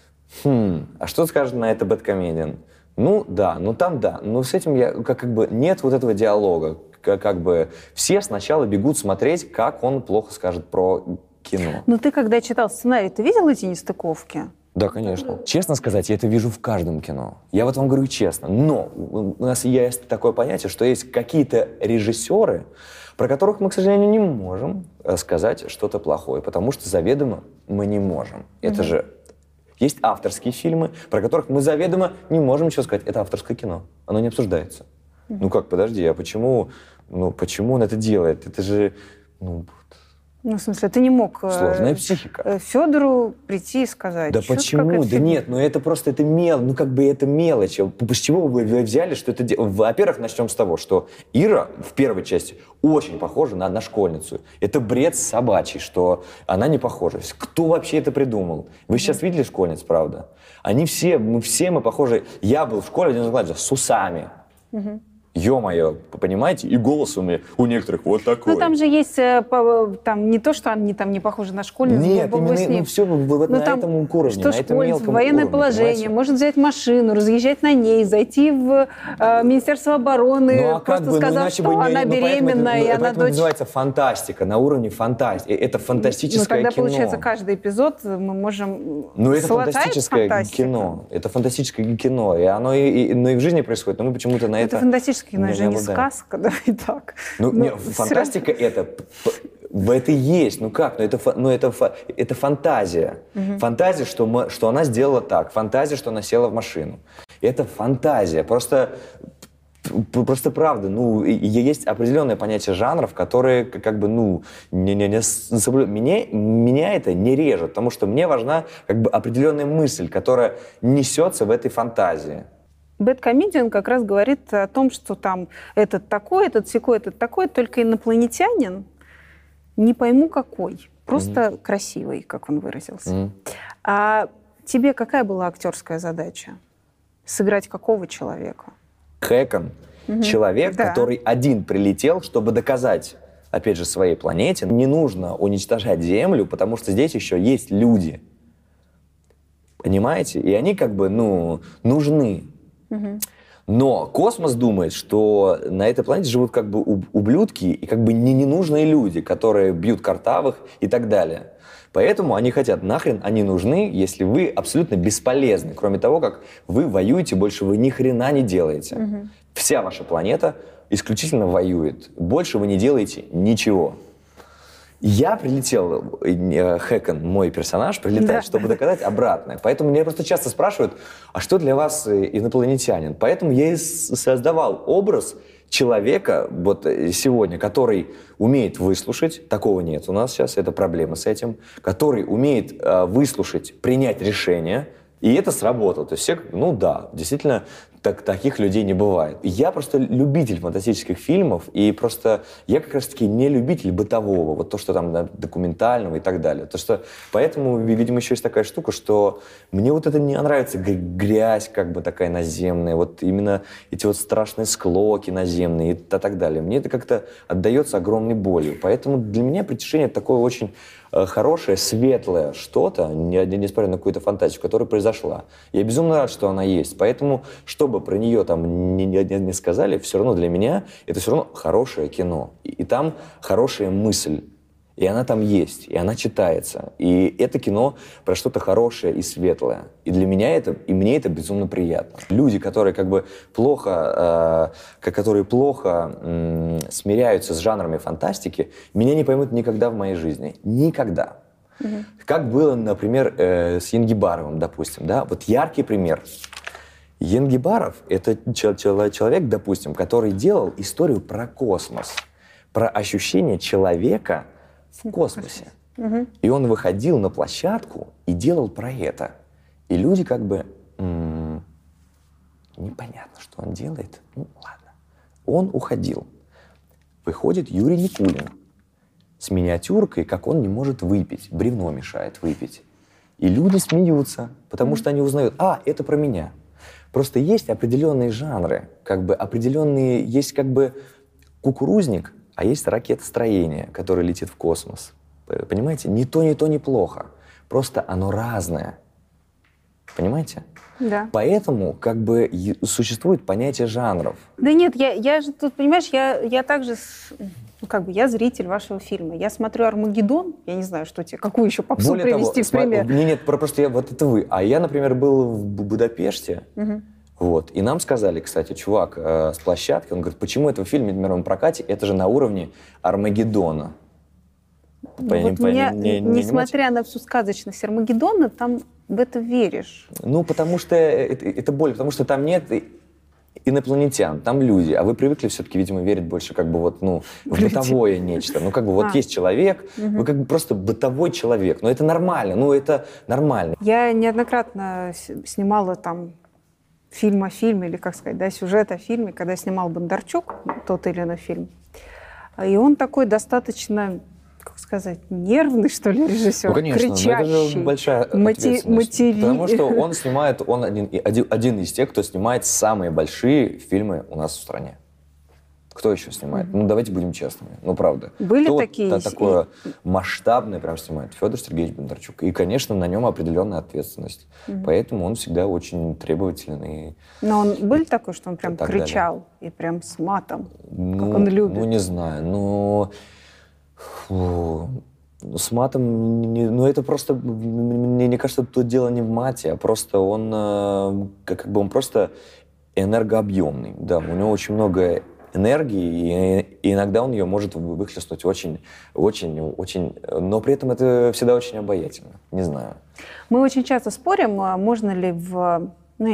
а что скажет на это бэдкомедиан? Ну да, ну там да, но с этим как бы нет вот этого диалога. Как бы все сначала бегут смотреть, как он плохо скажет про кино. Но ты, когда читал сценарий, ты видел эти нестыковки? Да, конечно. Честно сказать, я это вижу в каждом кино. Я вот вам говорю честно. Но у нас есть такое понятие, что есть какие-то режиссеры, про которых мы, к сожалению, не можем сказать что-то плохое, потому что заведомо мы не можем. Это же... Есть авторские фильмы, про которых мы заведомо не можем ничего сказать. Это авторское кино. Оно не обсуждается. Ну как, подожди, а почему он это делает? Это же... Ну, в смысле, ты не мог сложная психика. Федору прийти и сказать. Да почему? Да нет, ну это просто, это это мелочь. С чего вы взяли, что это... Во-первых, начнем с того, что Ира в первой части очень похожа на школьницу. Это бред собачий, что она не похожа. Кто вообще это придумал? Вы сейчас видели школьниц, правда? Они все, мы похожи. Я был в школе в 11 классе с усами. Ё-моё, понимаете? И голос у некоторых вот такой. Ну, там же есть, там не то, что они там не похожи на школьниц. Нет, именно, все вот на этом уровне, что на этом мелком военное уровне, положение, понимаете? может взять машину, разъезжать на ней, зайти в Министерство обороны, просто сказав, что она беременная, и она дочь... дочь... называется фантастика, на уровне фантастики. Это фантастическое тогда, кино. Получается, каждый эпизод мы можем... Ну, это фантастическое кино. Это фантастическое кино. И оно и в жизни происходит, но мы почему-то на это... Это фантастическое кино, это же не сказка, давай так. Фантастика это и есть. Ну как? Это фантазия. Фантазия, что она сделала так. Фантазия, что она села в машину. Это фантазия. Просто правда, есть определенное понятие жанров, которые как бы, меня это не режет, потому что мне важна как бы определенная мысль, которая несется в этой фантазии. Бэдкомедиан как раз говорит о том, что там этот такой, этот сякой, этот такой, только инопланетянин, не пойму какой, просто красивый, как он выразился. А тебе какая была актерская задача? Сыграть какого человека? Хэкон. Человек, который один прилетел, чтобы доказать, опять же, своей планете, не нужно уничтожать Землю, потому что здесь еще есть люди. Понимаете? И они как бы, нужны. Но космос думает, что на этой планете живут как бы ублюдки и как бы ненужные люди, которые бьют картавых и так далее. Поэтому они хотят, нахрен они нужны, если вы абсолютно бесполезны. Кроме того, как вы воюете, больше вы ни хрена не делаете. Вся ваша планета исключительно воюет. Больше вы не делаете ничего. Я прилетел, Хэкон, мой персонаж, прилетает, чтобы доказать обратное. Поэтому меня просто часто спрашивают, а что для вас инопланетянин? Поэтому я и создавал образ человека вот сегодня, который умеет выслушать, такого нет у нас сейчас, это проблема с этим, который умеет выслушать, принять решение, и это сработало. То есть все, действительно, таких людей не бывает. Я просто любитель фантастических фильмов, и просто я как раз-таки не любитель бытового, вот то, что там документального и так далее. Поэтому, видимо, еще есть такая штука, что мне вот это не нравится, грязь как бы такая наземная, вот именно эти вот страшные склоки наземные и так далее. Мне это как-то отдается огромной болью. Поэтому для меня «Притяжение» такое очень хорошее, светлое что-то, несмотря на какую-то фантазию, которая произошла. Я безумно рад, что она есть. Поэтому, чтобы про нее там не сказали, все равно для меня это все равно хорошее кино. И там хорошая мысль. И она там есть, и она читается. И это кино про что-то хорошее и светлое. И для меня это, и мне это безумно приятно. Люди, которые как бы плохо смиряются с жанрами фантастики, меня не поймут никогда в моей жизни. Никогда. Как было, например, с Янгибаровым, допустим. Да? Вот яркий пример. Янгибаров — это человек, допустим, который делал историю про космос, про ощущение человека в космосе. И он выходил на площадку и делал про это. И люди как бы... непонятно, что он делает. Ну, ладно. Он уходил. Выходит Юрий Никулин с миниатюркой, как он не может выпить. Бревно мешает выпить. И люди смеются, потому что они узнают, это про меня. Просто есть определенные жанры, как бы определенные... Есть как бы кукурузник, а есть ракетостроение, которое летит в космос. Понимаете? Ни то, неплохо. Просто оно разное. Понимаете? Да. Поэтому как бы существует понятие жанров. Да нет, я же тут, понимаешь, я также, я зритель вашего фильма. Я смотрю «Армагеддон», я не знаю, что тебе, какую еще попсу Более привести в пример. Нет, просто вот это вы. А я, например, был в Будапеште, вот, и нам сказали, кстати, чувак с площадки, он говорит, почему это в фильме в мировом прокате, это же на уровне «Армагеддона». Несмотря на всю сказочность «Армагеддона», там в это веришь. Ну, потому что это боль, потому что там нет инопланетян, там люди, а вы привыкли все-таки, видимо, верить больше как бы вот, в бытовое нечто. Ну, как бы вот есть человек, вы как бы просто бытовой человек, но это нормально, это нормально. Я неоднократно снимала там фильм о фильме, или, как сказать, сюжет о фильме, когда снимал Бондарчук, тот или иной фильм. И он такой достаточно... как сказать, нервный, что ли, режиссер, конечно, кричащий. Это же большая ответственность. Потому что он снимает, он один из тех, кто снимает самые большие фильмы у нас в стране. Кто еще снимает? Ну, давайте будем честными. Ну, правда. Были такие? Такое масштабное прям снимает Федор Сергеевич Бондарчук. И, конечно, на нем определенная ответственность. Поэтому он всегда очень требовательный. Но он был такой, что он прям кричал и прям с матом, как он любит? Ну, не знаю. С матом, это просто, мне кажется, тут дело не в мате, а просто он, он просто энергообъемный. Да, у него очень много энергии, и иногда он ее может выхлестнуть очень, но при этом это всегда очень обаятельно. Не знаю. Мы очень часто спорим, можно ли в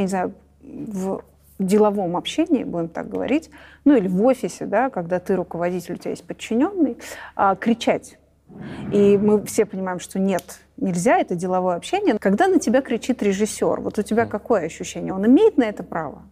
деловом общении, будем так говорить, или в офисе, да, когда ты руководитель, у тебя есть подчиненный, кричать. И мы все понимаем, что нет, нельзя, это деловое общение. Когда на тебя кричит режиссер, вот у тебя какое ощущение? Он имеет на это право?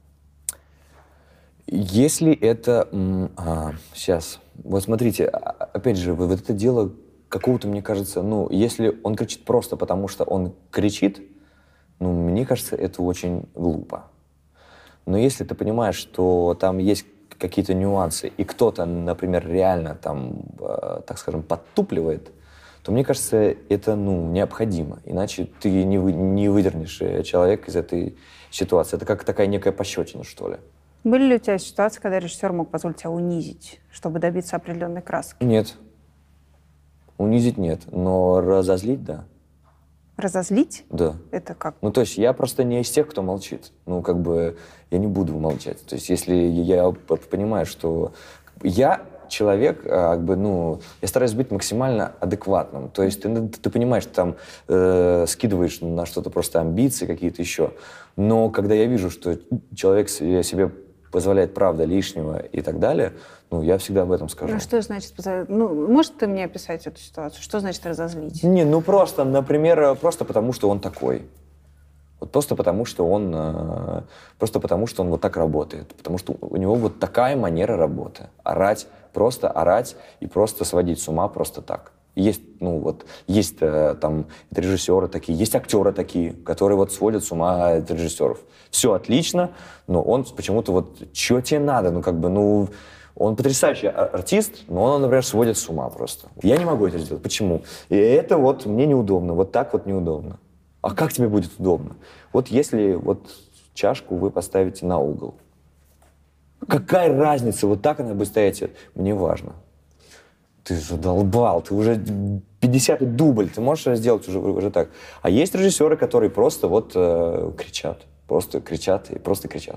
Если это... сейчас. Вот смотрите, опять же, вот это дело какого-то, мне кажется, если он кричит просто потому, что он кричит, мне кажется, это очень глупо. Но если ты понимаешь, что там есть какие-то нюансы, и кто-то, например, реально там, так скажем, подтупливает, то, мне кажется, это, необходимо. Иначе ты не выдернешь человека из этой ситуации. Это как такая некая пощечина, что ли. Были ли у тебя ситуации, когда режиссер мог позволить тебя унизить, чтобы добиться определенной краски? Нет. Унизить нет, но разозлить — да. Разозлить? Да. Это как? То есть я просто не из тех, кто молчит. Я не буду молчать. То есть если я понимаю, что я человек, я стараюсь быть максимально адекватным. То есть ты понимаешь, ты там скидываешь на что-то просто амбиции какие-то еще. Но когда я вижу, что человек себе позволяет, правда, лишнего и так далее, я всегда об этом скажу. Что значит позволяет? Можешь ты мне описать эту ситуацию? Что значит разозлить? Просто, например, просто потому, что он такой. Просто потому, что он вот так работает. Потому что у него вот такая манера работы. Орать и просто сводить с ума просто так. Есть, есть там режиссеры такие, есть актеры такие, которые вот сводят с ума режиссеров. Все отлично, но он почему-то что тебе надо? Он потрясающий артист, но он, например, сводит с ума просто. Я не могу это сделать. Почему? И это мне неудобно. Вот так вот неудобно. А как тебе будет удобно? Вот если чашку вы поставите на угол. Какая разница? Вот так она будет стоять? Мне важно. Ты задолбал, ты уже 50-й дубль, ты можешь сделать уже так. А есть режиссеры, которые просто кричат. Просто кричат и просто кричат.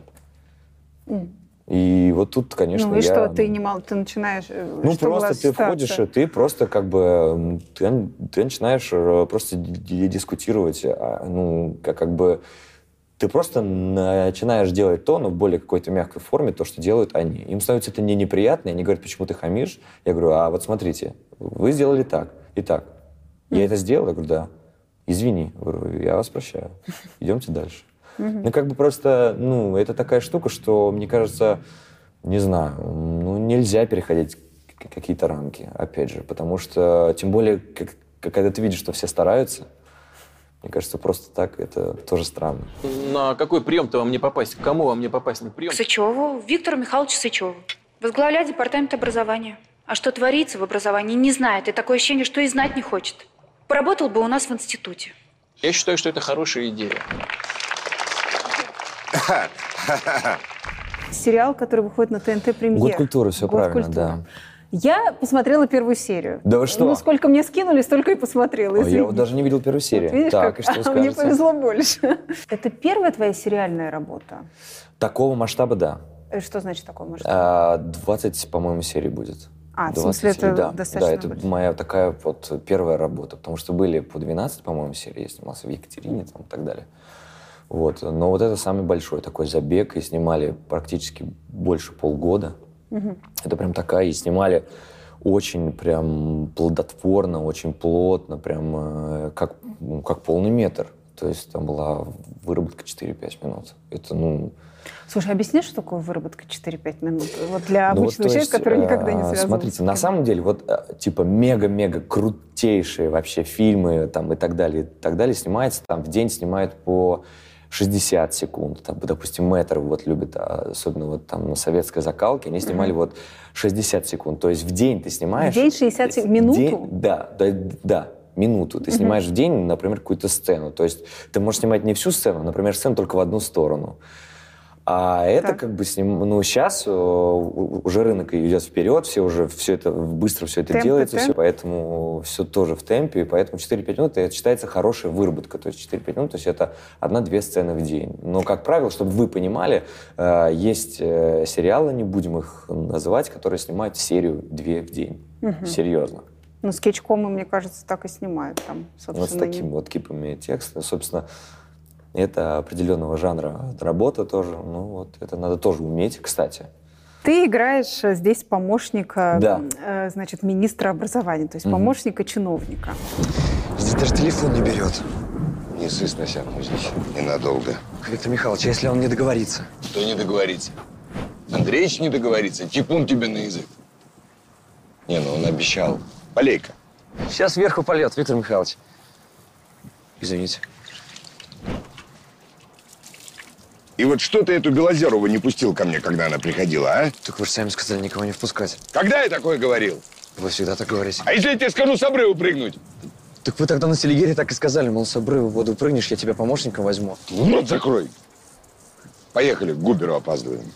И вот тут, конечно, что, ты начинаешь... просто ты входишь, и ты просто ты начинаешь просто дискутировать, ты просто начинаешь делать то, но в более какой-то мягкой форме, то, что делают они. Им становится это не неприятно, и они говорят, почему ты хамишь? Я говорю, а вот смотрите, вы сделали так и так. Я это сделал? Я говорю, да. Извини. Я говорю, я вас прощаю. Идемте дальше. Ну, как бы просто, ну, это такая штука, что, мне кажется, не знаю, ну, нельзя переходить какие-то рамки, опять же, потому что, тем более, когда ты видишь, что все стараются, мне кажется, просто так это тоже странно. На какой прием-то вам не попасть? К кому вам не попасть на прием? К Сычеву, Виктору Михайловичу Сычеву. Возглавляет департамент образования. А что творится в образовании, не знает. И такое ощущение, что и знать не хочет. Поработал бы у нас в институте. Я считаю, что это хорошая идея. Сериал, который выходит на ТНТ «Премьер». Год культуры, все «Год правильно, культуры». да. Я посмотрела первую серию. Да вы что? Ну, сколько мне скинули, столько и посмотрела. Ой, я вот даже не видел первую серию. Вот видишь, так, как? и что вы А мне скажете? повезло больше. Это первая твоя сериальная работа? Такого масштаба, да. Что значит такой масштаб? 20, по-моему, серий будет. А, в 20 смысле, это серий, да. достаточно Да, это большой. моя такая вот первая работа, потому что были по 12, по-моему, серий, я снимался в Екатерине там, и так далее. Вот. Но вот это самый большой такой забег, и снимали практически больше полгода. Мгм. Это прям такая, и снимали очень прям плодотворно, очень плотно, прям как полный метр. То есть там была выработка 4-5 минут. Это, ну... Слушай, объясни, что такое выработка 4-5 минут? Вот для Ну, вот, обычного то человека, есть, который никогда не связан. Смотрите, на самом деле, вот типа мега-мега крутейшие вообще фильмы там, и так далее, снимается, там в день снимают по 60 секунд. Там, допустим, Мэтр вот любит, особенно вот там на советской закалке, они снимали вот 60 секунд. То есть в день ты снимаешь... В день 60 секунд? Минуту? Да, минуту. Ты снимаешь в день, например, какую-то сцену. То есть ты можешь снимать не всю сцену, например, сцену только в одну сторону. А это Так. как бы ну, сейчас уже рынок идет вперед, все уже быстро все это Темп и делается, темп. все, поэтому все тоже в темпе, и поэтому 4-5 минут это считается хорошая выработка. То есть 4-5 минут, то есть это 1-2 сцены в день. Но, как правило, чтобы вы понимали, есть сериалы, не будем их называть, которые снимают серию 2 в день. Мгм. Серьезно. Ну, скетчкомы, мне кажется, так и снимают там, собственно. Вот с такими вот типами текста, собственно, это определенного жанра работа тоже. Ну вот это надо тоже уметь, кстати. Ты играешь здесь помощника, Да. Значит, министра образования, то есть Мгм. помощника чиновника. Здесь даже телефон не берет. Не сысь на себя, Кузьмич, ненадолго. Виктор Михайлович, а если он не договорится? Кто не договорится? Андреич не договорится, типун тебе на язык. Не, ну он обещал. Полейка. Сейчас сверху польет, Виктор Михайлович. Извините. И вот что ты эту Белозерову не пустил ко мне, когда она приходила, а? Так вы же сами сказали никого не впускать. Когда я такое говорил? Вы всегда так говорите. А если я тебе скажу с обрыва прыгнуть? Так вы тогда на Селигере так и сказали, мол, с обрыва в воду прыгнешь, я тебя помощником возьму. Рот закрой. Поехали, к Губеру опаздываем.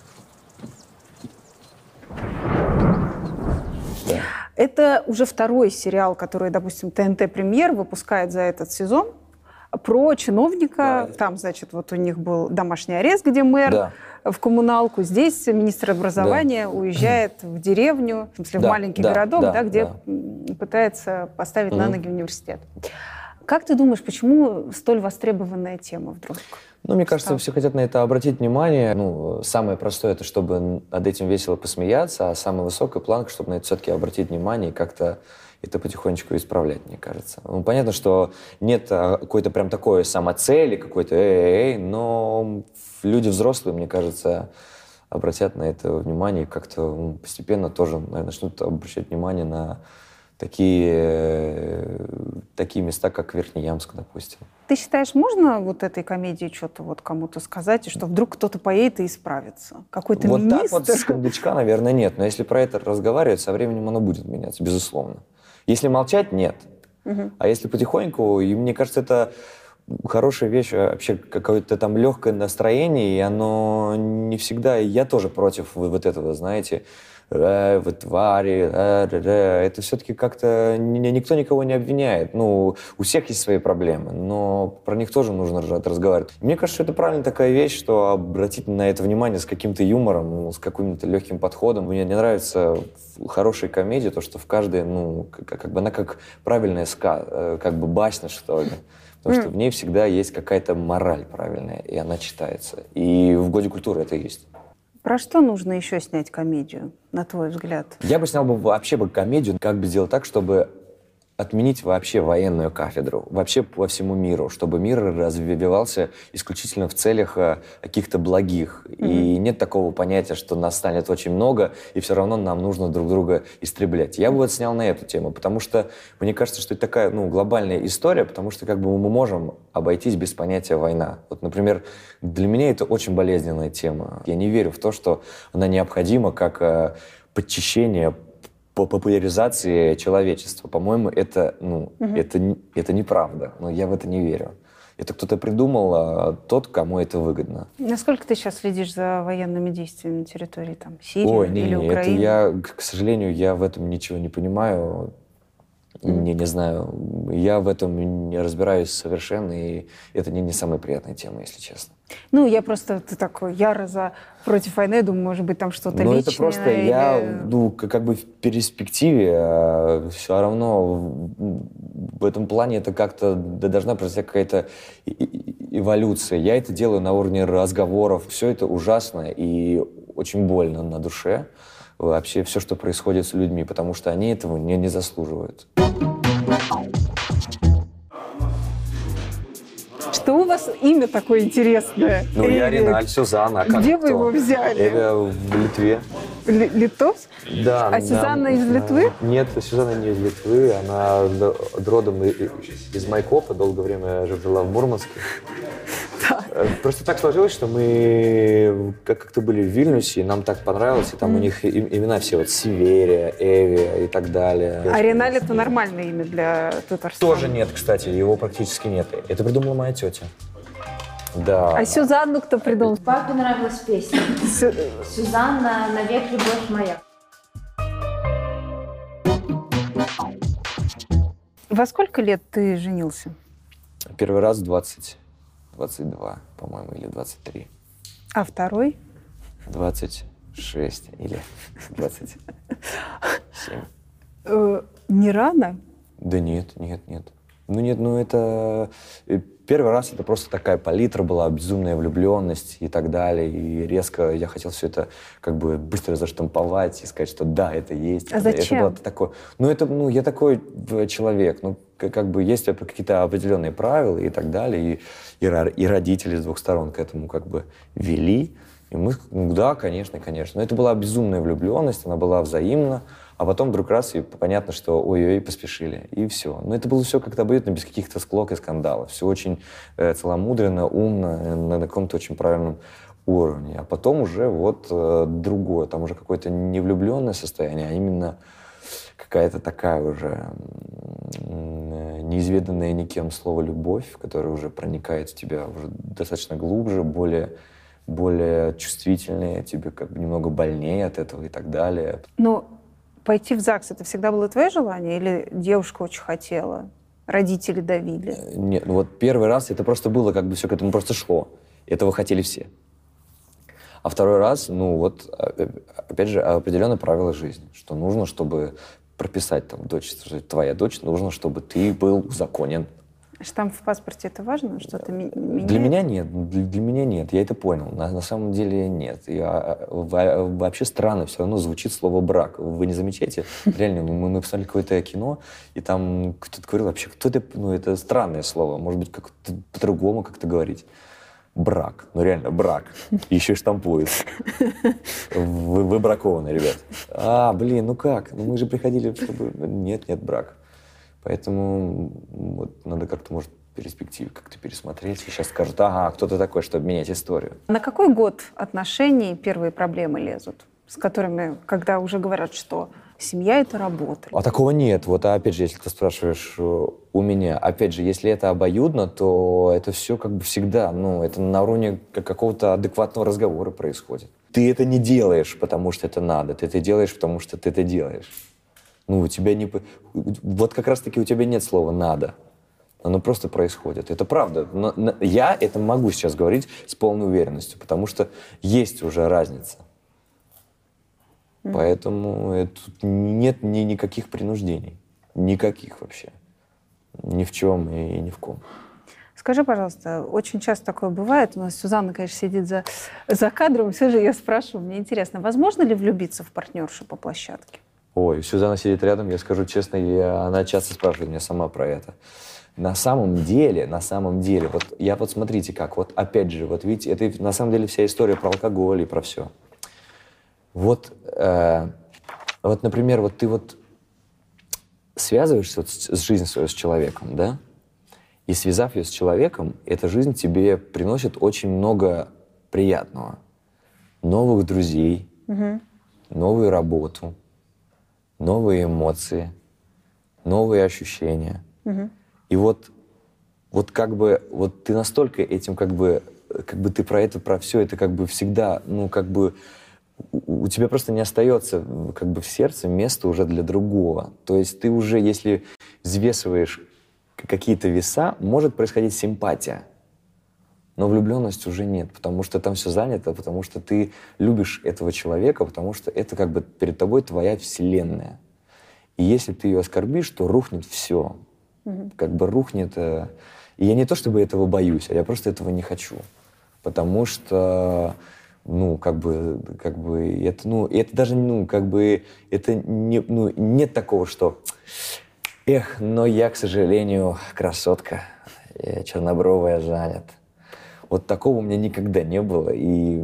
Это уже второй сериал, который, допустим, ТНТ «Премьер» выпускает за этот сезон про чиновника. Там, значит, вот у них был домашний арест, где мэр в коммуналку. Здесь министр образования уезжает в деревню, в смысле, в маленький городок, где пытается поставить на ноги университет. Как ты думаешь, почему столь востребованная тема вдруг? Ну, мне кажется, все хотят на это обратить внимание. Ну, самое простое, это чтобы над этим весело посмеяться, а самая высокая планка, чтобы на это все-таки обратить внимание и как-то это потихонечку исправлять, мне кажется. Ну, понятно, что нет какой-то прям такой самоцели, какой-то но люди взрослые, мне кажется, обратят на это внимание и как-то постепенно тоже, наверное, начнут обращать внимание на такие места, как Верхнеямск, допустим. Ты считаешь, можно вот этой комедии что-то вот кому-то сказать, и что вдруг кто-то поедет и исправится? Какой-то вот министр? Так вот с кондачка, наверное, нет. Но если про это разговаривать, со временем оно будет меняться, безусловно. Если молчать, нет. А если потихоньку, и мне кажется, это хорошая вещь, вообще какое-то там легкое настроение, и оно не всегда... И я тоже против вот этого, знаете, вы твари, это все-таки как-то никто никого не обвиняет. Ну, у всех есть свои проблемы, но про них тоже нужно разговаривать. Мне кажется, что это правильно такая вещь, что обратить на это внимание с каким-то юмором, с каким-то легким подходом. Мне не нравится хорошая комедия, то, что в каждой, ну, как бы она как правильная как бы басня, что ли. Потому что в ней всегда есть какая-то мораль правильная, и она читается. И в «Годе культуры» это есть. Про что нужно еще снять комедию, на твой взгляд? Я бы снял вообще комедию, как бы сделать так, чтобы отменить вообще военную кафедру, вообще по всему миру, чтобы мир развивался исключительно в целях каких-то благих. И нет такого понятия, что нас станет очень много, и все равно нам нужно друг друга истреблять. Я бы вот снял на эту тему, потому что мне кажется, что это такая глобальная история, потому что как бы мы можем обойтись без понятия «война». Вот, например, для меня это очень болезненная тема. Я не верю в то, что она необходима как подчищение по популяризации человечества. По-моему, это неправда. Но я в это не верю. Это кто-то придумал, тот, кому это выгодно. Насколько ты сейчас следишь за военными действиями на территории Сирии или Украины? К сожалению, я в этом ничего не понимаю. Не знаю. Я в этом не разбираюсь совершенно, и это не самая приятная тема, если честно. Ты такой яро против войны, думаю, может быть, там что-то личное. Это просто я, как бы в перспективе все равно в этом плане это как-то должна произойти какая-то эволюция. Я это делаю на уровне разговоров. Все это ужасно и очень больно на душе. Вообще все, что происходит с людьми, потому что они этого не заслуживают. Что у вас имя такое интересное? Я Реналь Сюзанна. Где вы его взяли? Это в Литве. Литовск? Да. А Сюзанна из Литвы? Нет, Сюзанна не из Литвы. Она родом из Майкопа, долгое время жила в Мурманске. Да. Просто так сложилось, что мы как-то были в Вильнюсе, и нам так понравилось, и там у них имена все, Северия, Эви и так далее. А Реналь — это нормальное имя для Татарстана? Тоже нет, кстати, его практически нет. Это придумала моя тетя. Да. А Сюзанну кто придумал? Папе нравилась песня. Сюзанна, навек любовь моя. Во сколько лет ты женился? Первый раз в 22, по-моему, или 23. А второй? 26 или 27. Не рано? Да нет. Это... Первый раз это просто такая палитра была, безумная влюбленность и так далее. И резко я хотел все это как бы быстро заштамповать и сказать, что да, это есть. А зачем? Это было такое... я такой человек. Как бы есть какие-то определенные правила и так далее. И родители с двух сторон к этому как бы вели. И мы, да, конечно. Но это была безумная влюбленность, она была взаимна. А потом вдруг раз, и понятно, что ой-ой, поспешили. И все. Но это было все как-то обоюдно, без каких-то склок и скандалов. Все очень целомудренно, умно, на каком-то очень правильном уровне. А потом уже другое. Там уже какое-то не влюбленное состояние, а именно какая-то такая уже неизведанная никем слово «любовь», которая уже проникает в тебя уже достаточно глубже, более чувствительнее, тебе как бы немного больнее от этого и так далее. Пойти в ЗАГС — это всегда было твое желание? Или девушка очень хотела? Родители давили? Нет, первый раз это просто было, как бы все к этому просто шло. Этого хотели все. А второй раз, опять же, определенные правила жизни. Что нужно, чтобы прописать дочь, что твоя дочь, нужно, чтобы ты был узаконен. Штамп в паспорте — это важно? Что-то меняет? Для меня нет. Я это понял. На самом деле нет. Вообще странно все равно звучит слово «брак». Вы не замечаете? Реально, мы посмотрели какое-то кино, и там кто-то говорил вообще, кто это? Это странное слово. Может быть, как-то по-другому как-то говорить. Брак. Реально, брак. Еще и штампует. Вы бракованы, ребят. Как? Мы же приходили, чтобы... Нет, брак. Поэтому надо как-то, может, в перспективе как-то пересмотреть. И сейчас скажут, кто ты такой, чтобы менять историю. На какой год отношений первые проблемы лезут? С которыми, когда уже говорят, что семья — это работа. А такого нет. Опять же, если ты спрашиваешь у меня, опять же, если это обоюдно, то это все как бы всегда, это на уровне какого-то адекватного разговора происходит. Ты это не делаешь, потому что это надо. Ты это делаешь, потому что ты это делаешь. У тебя не... как раз-таки у тебя нет слова «надо». Оно просто происходит. Это правда. Но я это могу сейчас говорить с полной уверенностью, потому что есть уже разница. Поэтому тут нет никаких принуждений. Никаких вообще. Ни в чем и ни в ком. Скажи, пожалуйста, очень часто такое бывает, у нас Сюзанна, конечно, сидит за кадром, все же я спрашиваю, мне интересно, возможно ли влюбиться в партнершу по площадке? Ой, Сюзанна сидит рядом, я скажу честно, она часто спрашивает меня сама про это. На самом деле, вот я вот смотрите как, вот опять же, вот видите, это на самом деле вся история про алкоголь и про все. Вот, например, вот ты вот связываешься вот с жизнью свою с человеком, да? И связав ее с человеком, эта жизнь тебе приносит очень много приятного. Новых друзей, новую работу, новые эмоции, новые ощущения. И вот как бы, вот ты настолько этим как бы ты про все это как бы всегда, ну как бы у тебя просто не остается как бы в сердце места уже для другого. То есть ты уже, если взвешиваешь какие-то веса, может происходить симпатия. Но влюбленность уже нет, потому что там все занято, потому что ты любишь этого человека, потому что это как бы перед тобой твоя вселенная. И если ты ее оскорбишь, то рухнет все. Как бы рухнет... И я не то чтобы этого боюсь, а я просто этого не хочу. Потому что, это, это даже, это не, нет такого, что... но я, к сожалению, красотка, я чернобровая, занят. Вот такого у меня никогда не было. И,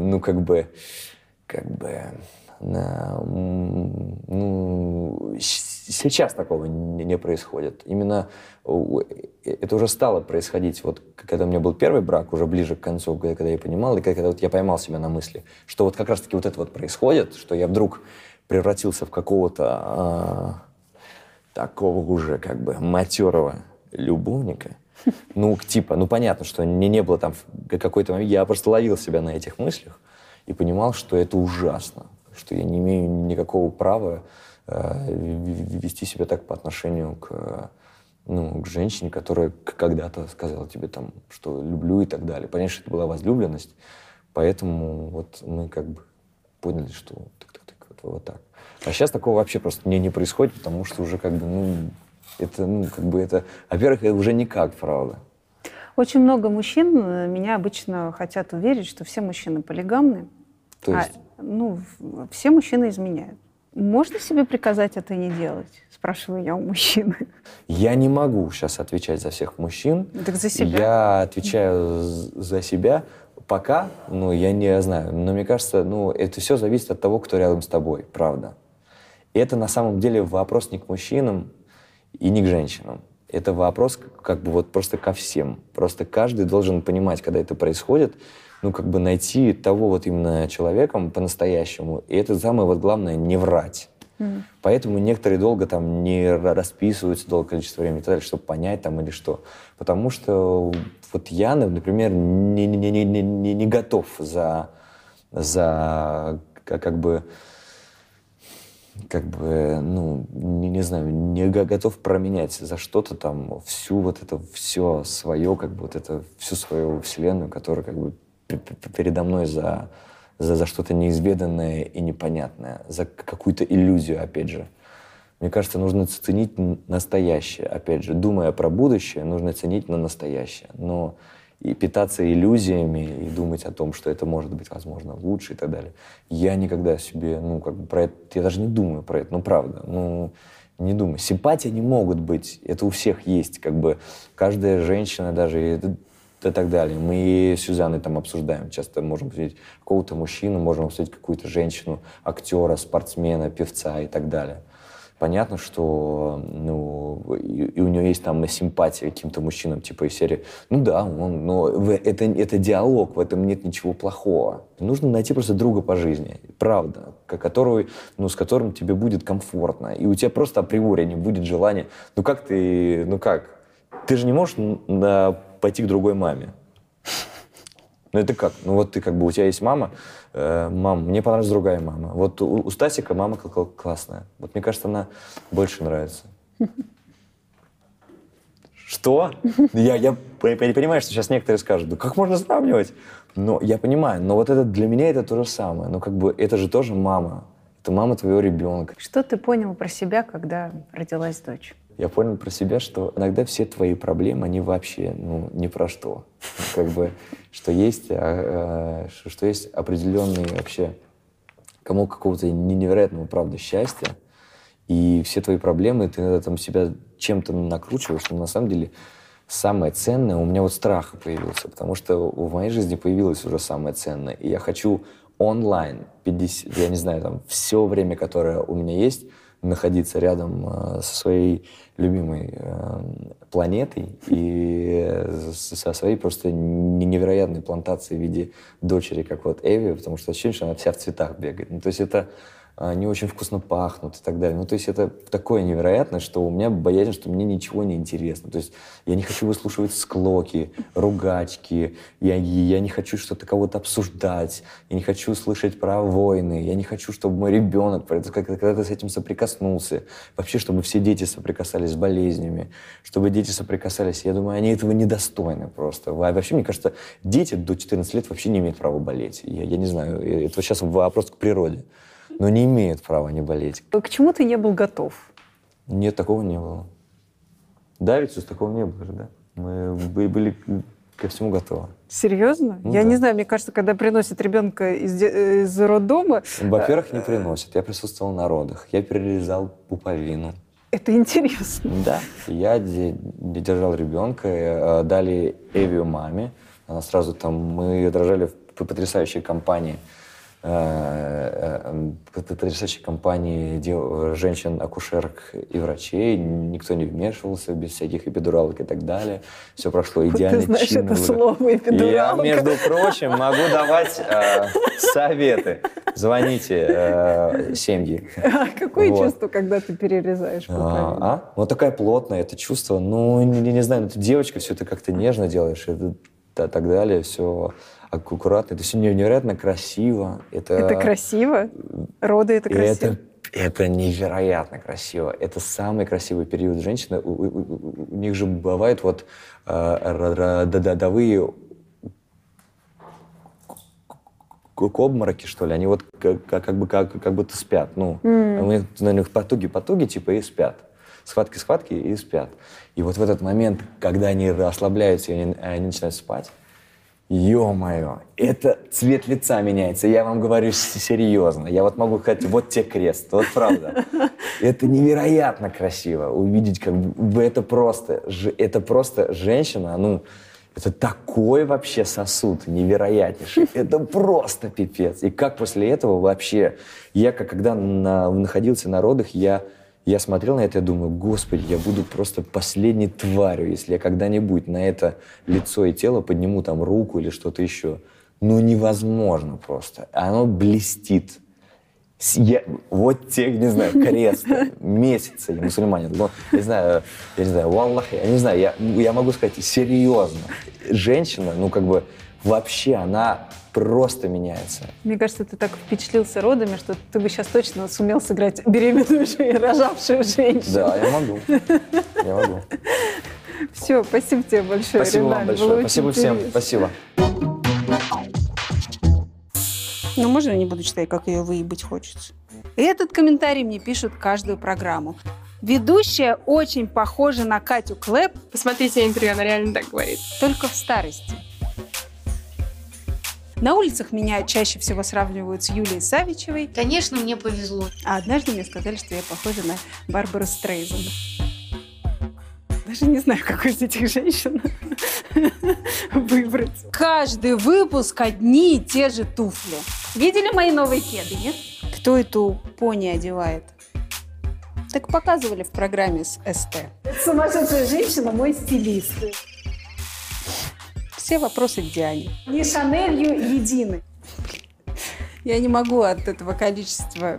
сейчас такого не происходит. Именно это уже стало происходить, вот когда у меня был первый брак, уже ближе к концу, когда я понимал, и когда вот я поймал себя на мысли, что вот как раз-таки вот это вот происходит, что я вдруг превратился в какого-то такого уже как бы матерого любовника. Понятно, что не было там в какой-то момент, я просто ловил себя на этих мыслях и понимал, что это ужасно, что я не имею никакого права вести себя так по отношению к женщине, которая когда-то сказала тебе там, что люблю и так далее. Понятно, что это была возлюбленность, поэтому вот мы как бы поняли, что вот так. А сейчас такого вообще просто не происходит, потому что уже как бы, во-первых, это уже никак, правда. Очень много мужчин меня обычно хотят уверить, что все мужчины полигамны. То есть? Все мужчины изменяют. Можно себе приказать это не делать? Спрашиваю я у мужчины. Я не могу сейчас отвечать за всех мужчин. Так за себя. Я отвечаю за себя. Пока, я не знаю. Но мне кажется, это все зависит от того, кто рядом с тобой, правда. И это на самом деле вопрос не к мужчинам и не к женщинам. Это вопрос как бы вот просто ко всем. Просто каждый должен понимать, когда это происходит, найти того вот именно человеком по-настоящему. И это самое вот главное, не врать. Поэтому некоторые долго там не расписываются долгое количество времени, чтобы понять там или что. Потому что вот я, например, не готов не готов променять за что-то там всю свою вселенную, которая как бы передо мной за что-то неизведанное и непонятное, за какую-то иллюзию, опять же. Мне кажется, нужно ценить настоящее, опять же. Думая про будущее, нужно ценить на настоящее. Но и питаться иллюзиями, и думать о том, что это может быть, возможно, лучше и так далее. Я никогда себе, про это, я даже не думаю про это, правда. Не думаю. Симпатии не могут быть, это у всех есть, каждая женщина даже и так далее. Мы с Сюзанной там обсуждаем, часто можем посмотреть какого-то мужчину, можем посмотреть какую-то женщину, актера, спортсмена, певца и так далее. Понятно, что и у нее есть там симпатия к каким-то мужчинам, типа из серии, это диалог, в этом нет ничего плохого. Нужно найти просто друга по жизни, правда, с которым тебе будет комфортно, и у тебя просто априори не будет желания, ты же не можешь пойти к другой маме. Это как? Ты у тебя есть мама, мам, мне понравилась другая мама. Вот у Стасика мама классная. Вот мне кажется, она больше нравится. Что? Я понимаю, что сейчас некоторые скажут, да как можно сравнивать? Но я понимаю, но вот это для меня это то же самое. Это же тоже мама. Это мама твоего ребенка. Что ты понял про себя, когда родилась дочь? я понял про себя, что иногда все твои проблемы, они вообще, ну, ни про что. Как бы, что есть определенные вообще, кому какого-то невероятного, правда, счастья, и все твои проблемы, ты иногда там себя чем-то накручиваешь, но на самом деле самое ценное, у меня вот страх появился, потому что в моей жизни появилось уже самое ценное, и я хочу онлайн, 50, я не знаю, там, все время, которое у меня есть, находиться рядом со своей любимой планетой и со своей просто невероятной плантацией в виде дочери, как вот Эви, потому что ощущение, что она вся в цветах бегает. Ну, то есть это они очень вкусно пахнут и так далее. Ну, то есть это такое невероятное, что у меня боязнь, что мне ничего не интересно. То есть я не хочу выслушивать склоки, ругачки, я не хочу что-то кого-то обсуждать, я не хочу слышать про войны, я не хочу, чтобы мой ребенок когда-то с этим соприкоснулся. Вообще, чтобы все дети соприкасались с болезнями, чтобы дети соприкасались. Я думаю, они этого недостойны просто. Вообще, мне кажется, дети до 14 лет вообще не имеют права болеть. Я не знаю, это сейчас вопрос к природе. Но не имеют права не болеть. К чему ты не был готов? Нет, такого не было. Да, ведь такого не было же, да? Мы были ко всему готовы. Серьезно? Ну, я да. не знаю, мне кажется, когда приносят ребенка из роддома... Во-первых, не приносят. Я присутствовал на родах. Я перерезал пуповину. Это интересно. Да. Я держал ребенка, дали Эвию маме. Она сразу там... Мы ее дрожали в потрясающей компании. Потрясающей компании женщин-акушерок и врачей. Никто не вмешивался, без всяких эпидуралок и так далее. Все прошло идеально. Ты знаешь это слово эпидуралка? Я, между прочим, могу давать советы. Звоните семьи. Какое чувство, когда ты перерезаешь пуповину? Вот такая плотная, это чувство. Ну, не знаю, ты девочка, все это как-то нежно делаешь, и так далее, все аккуратно. Это все невероятно красиво. Это красиво? Роды — это красиво? Это невероятно красиво. Это самый красивый период женщины. У них же бывают вот родовые обмороки, что ли. Они вот как будто спят. Ну, у них потуги типа и спят. Схватки и спят. И вот в этот момент, когда они расслабляются и они начинают спать, ё-моё, это цвет лица меняется. Я вам говорю серьезно. Я вот могу сказать, вот тебе крест. Вот правда. Это невероятно красиво. Увидеть, как бы это просто женщина, ну, это такой вообще сосуд невероятнейший. Это просто пипец. И как после этого вообще... Я, когда находился на родах, я смотрел на это и думаю, господи, я буду просто последней тварью, если я когда-нибудь на это лицо и тело подниму там руку или что-то еще. Ну, невозможно просто. Оно блестит. Вот те, не знаю, крест, месяцы, я мусульманин, но, я не знаю, валлах, я не знаю, я могу сказать серьезно. Женщина, ну, как бы, вообще она просто меняется. Мне кажется, ты так впечатлился родами, что ты бы сейчас точно сумел сыграть беременную и рожавшую женщину. Да, я могу. Все, спасибо тебе большое, Спасибо Ренат. вам большое. Спасибо всем. Спасибо. Ну, можно я не буду читать, как ее выебать хочется? Этот комментарий мне пишут каждую программу. Ведущая очень похожа на Катю Клэп. Посмотрите интервью, она реально так говорит. Только в старости. На улицах меня чаще всего сравнивают с Юлией Савичевой. Конечно, мне повезло. А однажды мне сказали, что я похожа на Барбару Стрейзанд. Даже не знаю, какой из этих женщин выбрать. Каждый выпуск одни и те же туфли. Видели мои новые кеды, нет? Кто эту пони одевает? Так показывали в программе с СТ. Это сумасшедшая женщина, мой стилист. Все вопросы к Диане. Не Шанелью едины. Я не могу от этого количества...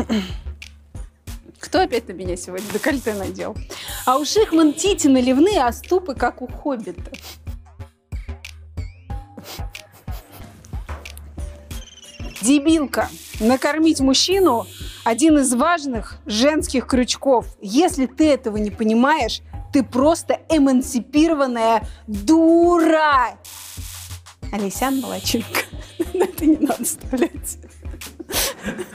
Кто опять на меня сегодня декольте надел? А у Шихман тити наливные, а ступы, как у хоббита. Дебилка. Накормить мужчину – один из важных женских крючков. Если ты этого не понимаешь, ты просто эмансипированная дура. Алисян Молоченко. Это не надо вставлять.